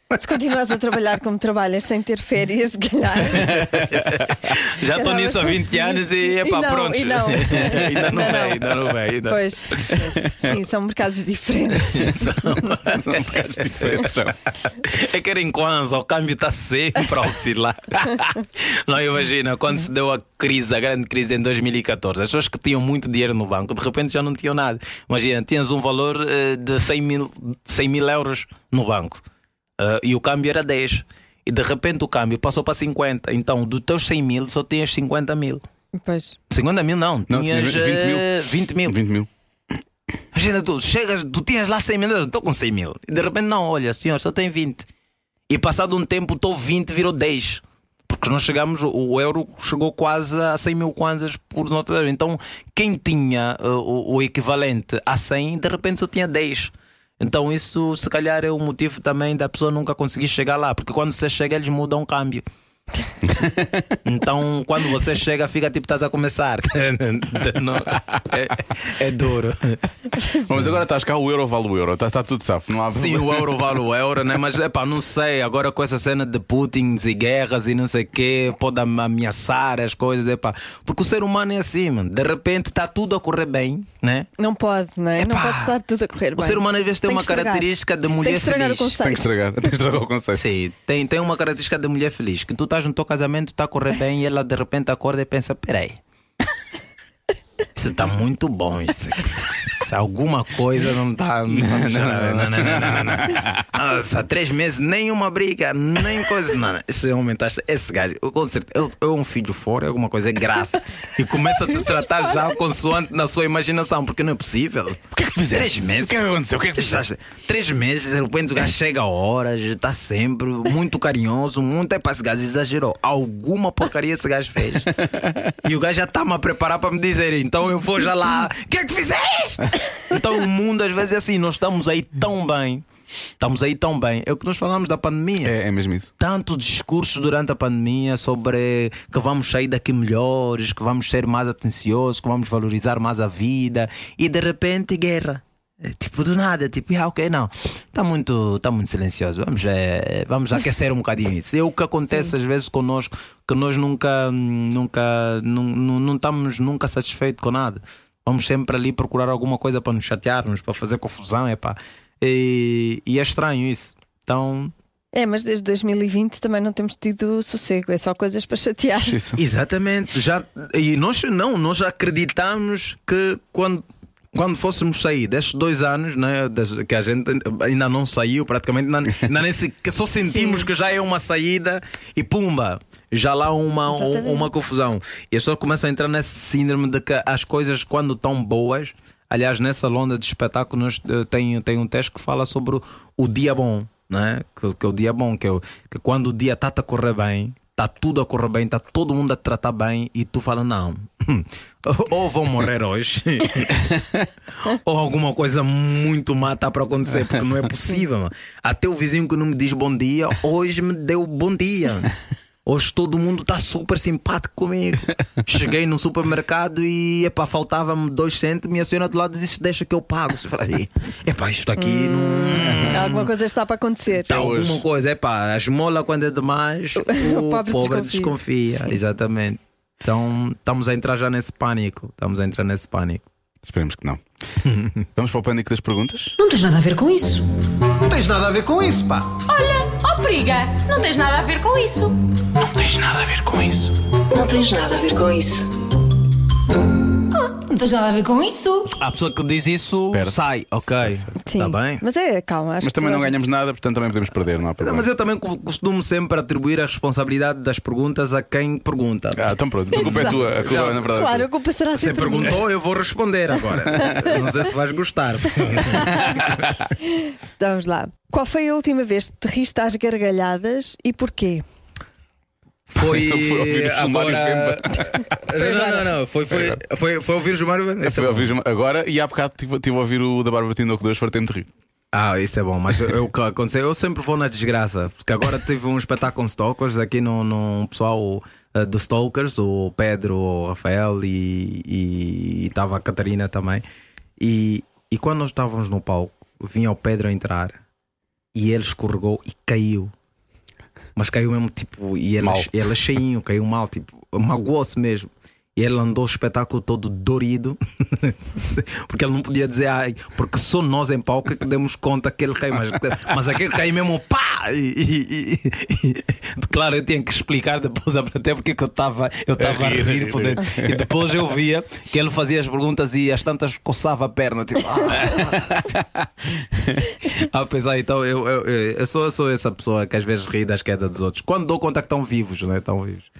Se continuas a trabalhar como trabalhas sem ter férias, se calhar. Já estou nisso há 20 anos e pronto. Ainda não veio. Pois, sim, são mercados diferentes. São mercados diferentes. É que era em Kwanza, o câmbio está sempre a oscilar. Não, imagina, quando se deu a grande crise em 2014, as pessoas que tinham muito dinheiro no banco, de repente já não tinham nada. Imagina, tinhas um valor de 100 mil euros no banco. E o câmbio era 10. E de repente o câmbio passou para 50. Então dos teus 100 mil só tinhas 50 mil. Pois. 50 mil não, tinhas 20 mil. Imagina, tu tinhas lá 100 mil, eu estou com 100 mil. E de repente não, olha, senhor, só tem 20. E passado um tempo, o teu 20 virou 10. Porque nós chegamos, o euro chegou quase a 100 mil kwanzas por nota de euro. Então quem tinha o equivalente a 100, de repente só tinha 10. Então isso se calhar é o motivo também da pessoa nunca conseguir chegar lá. Porque quando você chega eles mudam o câmbio. Então quando você chega fica tipo estás a começar. É duro. Mas agora estás cá, o euro vale o euro. Está tudo safo, não há problema. Sim, o euro vale o euro, né? Mas não sei. Agora com essa cena de Putin e guerras e não sei o que, pode ameaçar as coisas, porque o ser humano é assim, mano. De repente está tudo a correr bem, né? Não pode, não é? Não pode estar tudo a correr bem. O ser humano às vezes tem uma característica de mulher feliz. Tem que estragar o conceito. Sim, tem uma característica de mulher feliz. Que tu estás no teu casamento, está a correr bem e ela de repente acorda e pensa: peraí, isso está muito bom. Isso alguma coisa não está. Não. Nossa, 3 meses, nenhuma briga, nem coisa. Não. Esse homem está. Esse gajo, com certeza, é um filho fora, alguma coisa grave. E começa a te tratar já consoante na sua imaginação, porque não é possível. O que é que fizeste? 3 meses. O que é que aconteceu? O que é que fizeste? 3 meses, de repente o gajo chega a horas, está sempre muito carinhoso, muito. Esse gajo exagerou. Alguma porcaria esse gajo fez. E o gajo já está-me a preparar para me dizer: então eu vou já lá. O que é que fizeste? Então o mundo às vezes é assim. Nós estamos aí tão bem. É o que nós falamos da pandemia. É mesmo isso. Tanto discurso durante a pandemia sobre que vamos sair daqui melhores, que vamos ser mais atenciosos, que vamos valorizar mais a vida. E de repente guerra. Tipo do nada, tipo, ok, não. Está muito silencioso. Vamos aquecer um bocadinho isso. É o que acontece às vezes connosco, que nós não estamos nunca satisfeitos com nada. Vamos sempre ali procurar alguma coisa para nos chatearmos, para fazer confusão, e é estranho isso. Então. Mas desde 2020 também não temos tido sossego, é só coisas para chatear. Exatamente. E nós acreditamos que quando fôssemos sair destes 2 anos, né, que a gente ainda não saiu praticamente, ainda nem que só sentimos que já é uma saída e pumba, já lá uma confusão. E as pessoas começam a entrar nesse síndrome de que as coisas quando estão boas, aliás, nessa onda de espetáculos tem um texto que fala sobre o dia bom, né? Que o dia bom, que quando o dia está a correr bem, está tudo a correr bem, está todo mundo a tratar bem e tu fala: não, ou vão morrer hoje ou alguma coisa muito má está para acontecer, porque não é possível, mano. Até o vizinho que não me diz bom dia hoje me deu bom dia. Hoje todo mundo está super simpático comigo. Cheguei no supermercado e faltava-me 2 cêntimos e a senhora do lado disse: deixa que eu pago. Eu falei: isto aqui não. Alguma coisa está para acontecer. Alguma coisa, a esmola quando é demais, o pobre desconfia. Exatamente. Então estamos a entrar já nesse pânico. Esperemos que não. Vamos para o pânico das perguntas? Não tens nada a ver com isso. Não tens nada a ver com isso, pá. Olha, periga, não tens nada a ver com isso. Não tens nada a ver com isso. Não tens nada a ver com isso. Não tens nada a ver com isso. A pessoa que diz isso sai, ok. Está bem. Mas calma. Mas também não ganhamos nada, portanto também podemos perder, não há problema. Mas eu também costumo sempre atribuir a responsabilidade das perguntas a quem pergunta. Então pronto, a culpa é tua. A culpa, na verdade, claro, a culpa será sempre. Você perguntou, eu vou responder agora. Não sei se vais gostar. Vamos lá. Qual foi a última vez que te riste às gargalhadas e porquê? Foi ouvir o Gilmário Vemba. Não. Foi ouvir o Gilmário Vemba. Foi ouvir agora e há bocado estive a ouvir o da Bárbara Tinoco 2, fartei-me de rir. Isso é bom, mas o que aconteceu? Eu sempre vou na desgraça. Porque agora tive um espetáculo com Stalkers aqui no pessoal do Stalkers, o Pedro, o Rafael e estava a Catarina também. E quando nós estávamos no palco, vinha o Pedro a entrar e ele escorregou e caiu. Mas caiu mesmo tipo, e ele cheinho, caiu mal, tipo, magoou-se mesmo. E ele andou o espetáculo todo dorido, porque ele não podia dizer ai, porque só nós em palco que demos conta que ele caiu, mas aquele caiu mesmo pá! Claro, eu tinha que explicar depois até porque eu estava a rir por dentro. E depois eu via que ele fazia as perguntas e às tantas coçava a perna, tipo, apesar, então eu sou essa pessoa que às vezes ri das quedas dos outros. Quando dou conta que estão vivos, não é? Estão vivos.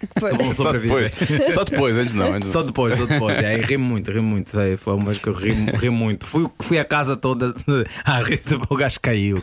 Só depois, antes não. Só depois. Ri muito. Foi uma vez que eu ri muito. Fui a casa toda a rir, o gajo caiu.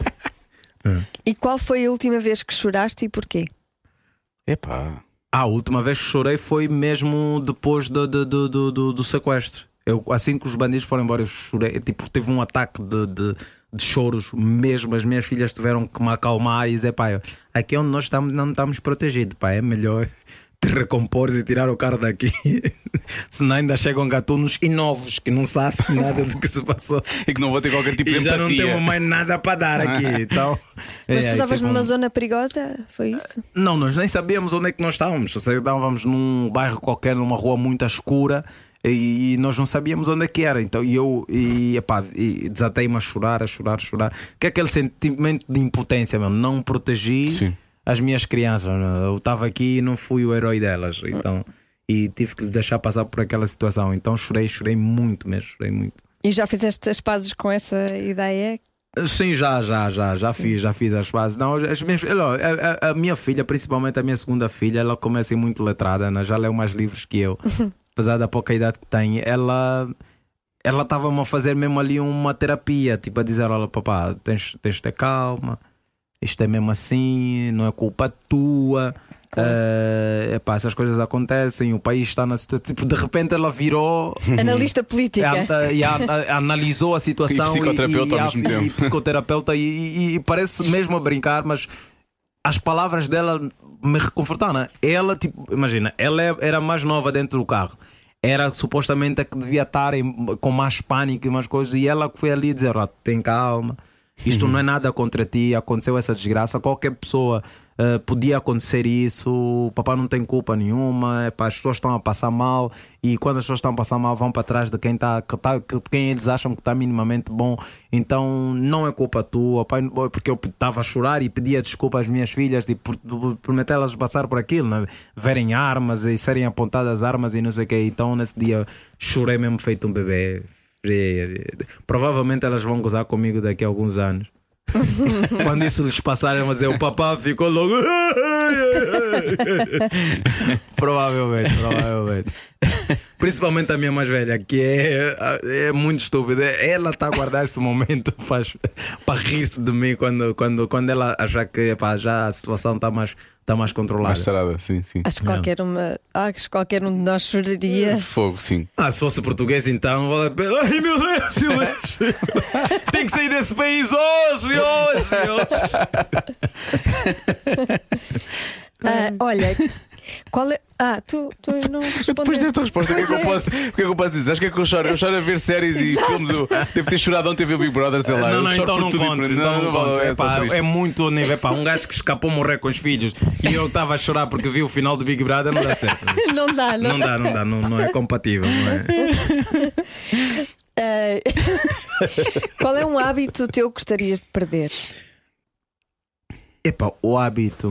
E qual foi a última vez que choraste e porquê? Epá. A última vez que chorei foi mesmo depois do sequestro. Assim que os bandidos foram embora, eu chorei. Tipo, teve um ataque de choros mesmo. As minhas filhas tiveram que me acalmar e dizer: pá, aqui onde nós estamos não estamos protegidos, pá, é melhor te recompores e tirar o carro daqui. Senão ainda chegam gatunos e novos que não sabem nada do que se passou e que não vão ter qualquer tipo de empatia. Já não temos mais nada para dar aqui. Então, mas tu estavas numa zona perigosa? Foi isso? Não, nós nem sabíamos onde é que nós estávamos. Estávamos num bairro qualquer, numa rua muito escura, e nós não sabíamos onde é que era. Então eu desatei-me a chorar. Que é aquele sentimento de impotência, mesmo. Não protegi. Sim. As minhas crianças, eu estava aqui e não fui o herói delas, então, e tive que lhes deixar passar por aquela situação. Então chorei muito mesmo, chorei muito. E já fizeste as pazes com essa ideia? Sim, já fiz as pazes. Não, a minha filha, principalmente a minha segunda filha, ela começa muito letrada, né? Já leu mais livros que eu, apesar da pouca idade que tem. Ela estava-me a fazer mesmo ali uma terapia, tipo a dizer: olha, papá, tens de ter calma. Isto é mesmo assim, não é culpa tua. Essas coisas acontecem. O país está na situação. Tipo, de repente ela virou analista política e analisou a situação. E psicoterapeuta ao mesmo tempo. Psicoterapeuta e parece mesmo a brincar, mas as palavras dela me reconfortaram, né? Ela, tipo, imagina, ela era mais nova dentro do carro. Era supostamente a que devia estar com mais pânico e mais coisas. E ela foi ali dizer: tem calma. Isto não é nada contra ti, aconteceu essa desgraça, qualquer pessoa podia acontecer isso, o papai não tem culpa nenhuma, as pessoas estão a passar mal e quando as pessoas estão a passar mal vão para trás de quem quem eles acham que está minimamente bom, então não é culpa tua, pai, porque eu estava a chorar e pedia desculpa às minhas filhas por metê-las passar por aquilo, né? Verem armas e serem apontadas armas e não sei o que, então nesse dia chorei mesmo feito um bebê. Provavelmente elas vão gozar comigo daqui a alguns anos. Quando isso lhes passar, mas o papá ficou logo. Provavelmente. Principalmente a minha mais velha, que é muito estúpida. Ela está a guardar esse momento para rir-se de mim quando ela achar que já a situação está mais controlada. Mais sarada, sim. Acho que qualquer um de nós choraria. Fogo, sim. Se fosse português, então vale a pena. Ai meu Deus, tem que sair desse país hoje. Olha, qual é. Tu não respondeste. Depois desta resposta, o que é que eu posso dizer? Acho que é que eu choro. Eu choro a ver séries e filmes. Devo ter chorado ontem a ver Big Brother, sei lá. Não, eu então não contes. É muito nível. Um gajo que escapou a morrer com os filhos e eu estava a chorar porque vi o final do Big Brother, não dá certo. Não dá. Não é compatível, não é? Qual é um hábito teu que gostarias de perder? O hábito.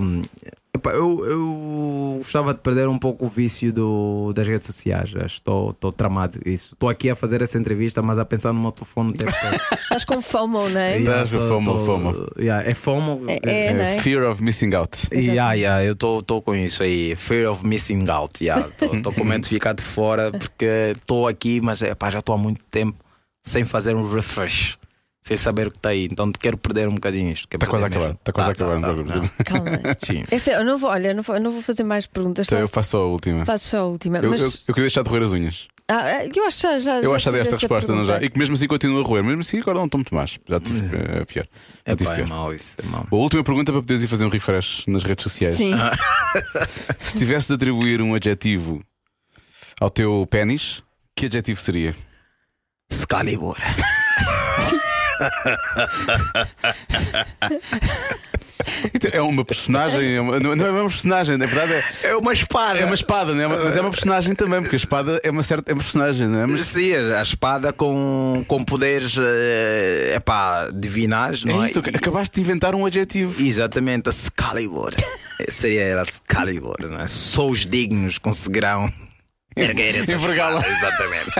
Eu gostava de perder um pouco o vício das redes sociais. Estou tramado isso. Estou aqui a fazer essa entrevista, mas a pensar no meu telefone o tempo todo. Estás com FOMO, não é? Estás com FOMO. É FOMO. É Fear of Missing Out. Eu estou com isso aí. Fear of Missing Out. Estou com medo de ficar de fora porque estou aqui, mas já estou há muito tempo sem fazer um refresh. Sem saber o que está aí, então quero perder um bocadinho isto. Está quase a acabar. Calma. Sim. Eu não vou fazer mais perguntas. Então eu faço só a última. Eu queria deixar de roer as unhas. Eu acho já. Eu acho desta resposta, não já. E que mesmo assim continuo a roer. Mesmo assim agora não estou muito mais. Já tive pior. É mau isso. A última pergunta para poderes ir fazer um refresh nas redes sociais. Sim. Se tivesses de atribuir um adjetivo ao teu pênis, que adjetivo seria? Excalibur. Isto é uma personagem, não é uma personagem, na verdade é uma espada. É uma espada, não é? Mas é uma personagem também, porque a espada é uma personagem, não é? Mas... Sim, a espada com poderes divinais, não é? Isso, acabaste de inventar um adjetivo. Exatamente, a Excalibur. Era Excalibur, não é? Só os dignos conseguirão erguer essa espada. Exatamente.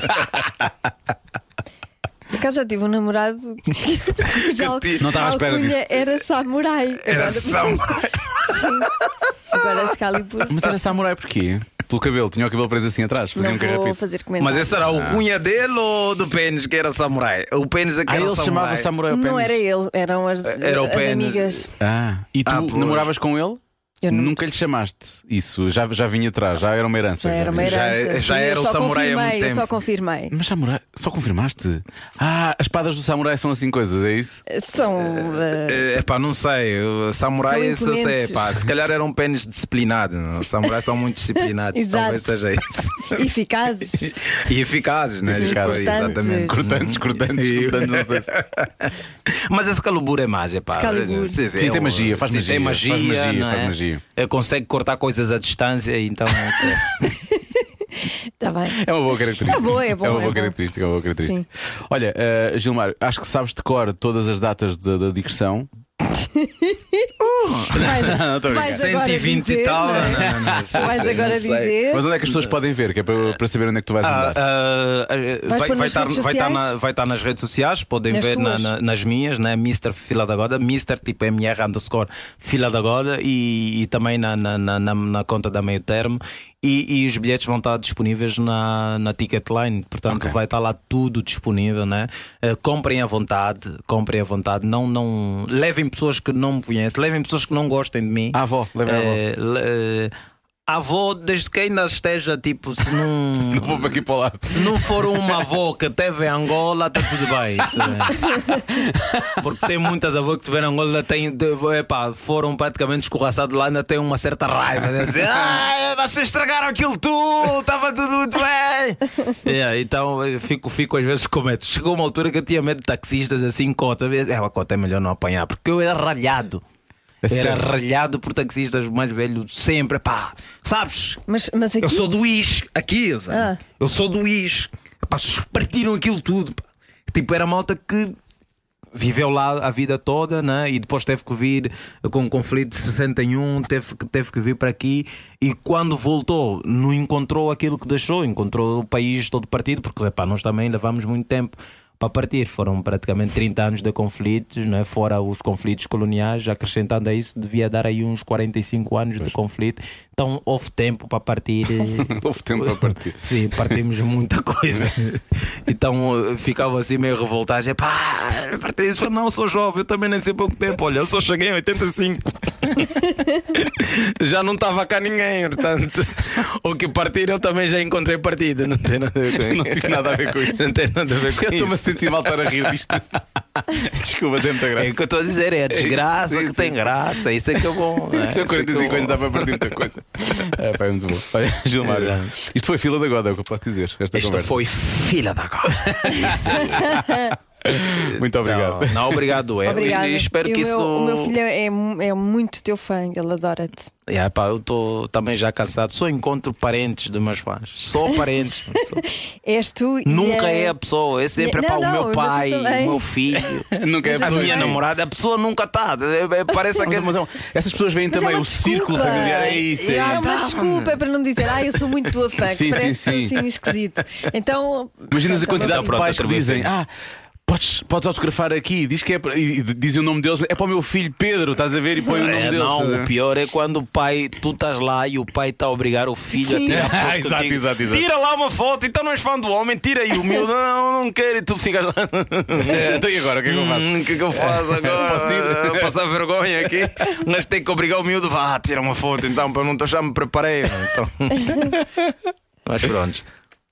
Por acaso já tive um namorado que não estava à espera disso. Era samurai. Samurai. Sim. Agora Excalibur. Mas era samurai porquê? Pelo cabelo, tinha o cabelo preso assim atrás. Não vou fazer comentário. Mas esse era o cunha dele ou do pênis que era samurai? O pênis é que era ele samurai. chamava samurai o pênis. Não era ele, eram as amigas. E tu namoravas com ele? Nunca lhe chamaste isso? Já vinha atrás, já era uma herança. Já era o samurai há muito tempo. Eu só confirmei. Mas samurai, só confirmaste? As espadas do samurai são assim coisas, é isso? São. Não sei. Samurai, eu sei. Se calhar era um pênis disciplinado. Os samurais são muito disciplinados. Talvez seja isso. Eficazes. E eficazes, né? Exatamente. Cortantes, não sei se... Mas esse Excalibur é mágica. Sim, tem magia, faz magia. Tem magia. Consegue cortar coisas à distância, então não sei. Tá bem. É uma boa característica. É uma boa característica. Sim. Olha, Gilmar, acho que sabes de cor todas as datas da digressão. Vais 120 e tal. Não. Vais agora dizer. Mas onde é que as pessoas podem ver? Que é para saber onde é que tu vais andar? Vai estar nas redes sociais. Podem ver nas minhas, né? Mr. Fila da Goda, Mr. tipo MR_ Fila da Goda, e também na conta da Meio Termo. E os bilhetes vão estar disponíveis na Ticketline. Portanto, vai estar lá tudo disponível, né? Comprem à vontade. Não levem pessoas que não me conhecem, levem pessoas que não gostem de mim. A avó, levem a avó. A avó, desde que ainda esteja tipo, se não vou para aqui para lá. Se não for uma avó que teve em Angola, está tudo bem. Porque tem muitas avós que tiveram em Angola, foram praticamente escorraçados lá, ainda têm uma certa raiva. Dizem, vocês estragaram aquilo tudo, estava tudo muito bem. Então eu fico às vezes com medo. Chegou uma altura que eu tinha medo de taxistas assim, cota. A cota é melhor não apanhar, porque eu era ralhado. Era ralhado por taxistas mais velhos sempre, sabes? Mas aqui... Eu sou do IS, aqui, eu sou do IS. Partiram aquilo tudo. Tipo, era malta que viveu lá a vida toda, né? E depois teve que vir com o conflito de 61, teve que vir para aqui, e quando voltou não encontrou aquilo que deixou, encontrou o país todo partido, porque nós também levamos muito tempo para partir. Foram praticamente 30 anos de conflitos, não é? Fora os conflitos coloniais, acrescentando a isso, devia dar aí uns 45 anos de conflito. Então houve tempo para partir. Houve tempo para partir. Sim, partimos muita coisa. Então ficava assim meio revoltado. Parti isso. Não, sou jovem, eu também nem sei pouco tempo. Olha, eu só cheguei em 85. Já não estava cá ninguém, portanto, o que partir eu também já encontrei partida. Não tem nada a ver com isso. Não tive nada a ver com isso. Não tem nada a ver com isso. Eu estou-me a sentir mal estar a rir disto. Desculpa, tem muita graça. É o que eu estou a dizer, é a desgraça que tem graça. Isso é que é bom. Se eu 45 anos dá para partir muita coisa. É muito bom. Olha, Gilmar, isto foi fila da Goda, é o que eu posso dizer. Isto foi fila da Goda. Muito obrigado. Não, obrigado. Espero que o meu filho é muito teu fã, ele adora-te. Eu estou também já cansado. Só encontro parentes dos meus fãs. Só parentes. És tu. Nunca é a pessoa. É sempre o meu pai, o meu filho. Nunca é a pessoa. A minha namorada. A pessoa nunca está. Parece que. Essas pessoas veem também o círculo familiar. É isso. É uma desculpa para não dizer, eu sou muito tua fã. Sim, parece assim esquisito. Então. Imaginas a quantidade de pais que dizem: Podes autografar aqui, diz que e dizem o nome deles, é para o meu filho Pedro, estás a ver? E põe o nome deles. Não, o pior é quando o pai, tu estás lá e o pai está a obrigar o filho a tirar foto. Exato. Tira lá uma foto, então não és fã do homem, tira aí o meu. Não quero, e tu ficas lá. Então e agora? O que é que eu faço? O que é que eu faço agora? Posso ir? Passar vergonha aqui. Mas tem que obrigar o miúdo, tira uma foto então, para eu não estar, já me preparei. Então. Mas pronto.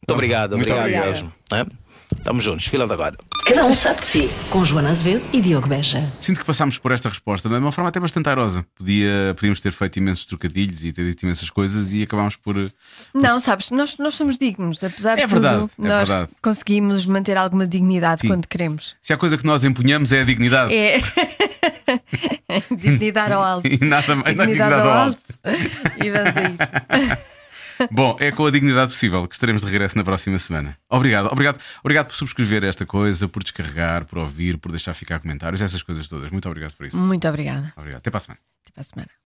Muito obrigado. Muito obrigado mesmo. Estamos juntos, fila de agora. Cada um sabe de si, com Joana Azevedo e Diogo Beja. Sinto que passámos por esta resposta de uma forma até bastante airosa. Podíamos ter feito imensos trocadilhos e ter dito imensas coisas e acabámos por. Não, sabes, nós somos dignos, apesar de tudo, nós conseguimos manter alguma dignidade quando queremos. Se há coisa que nós empunhamos é a dignidade. É. Dignidade ao alto. E nada mais. Dignidade ao alto. E vamos a isto. Bom, é com a dignidade possível que estaremos de regresso na próxima semana. Obrigado por subscrever esta coisa, por descarregar, por ouvir, por deixar ficar comentários, essas coisas todas. Muito obrigado por isso. Muito obrigada. Obrigado. Até para a semana. Até para a semana.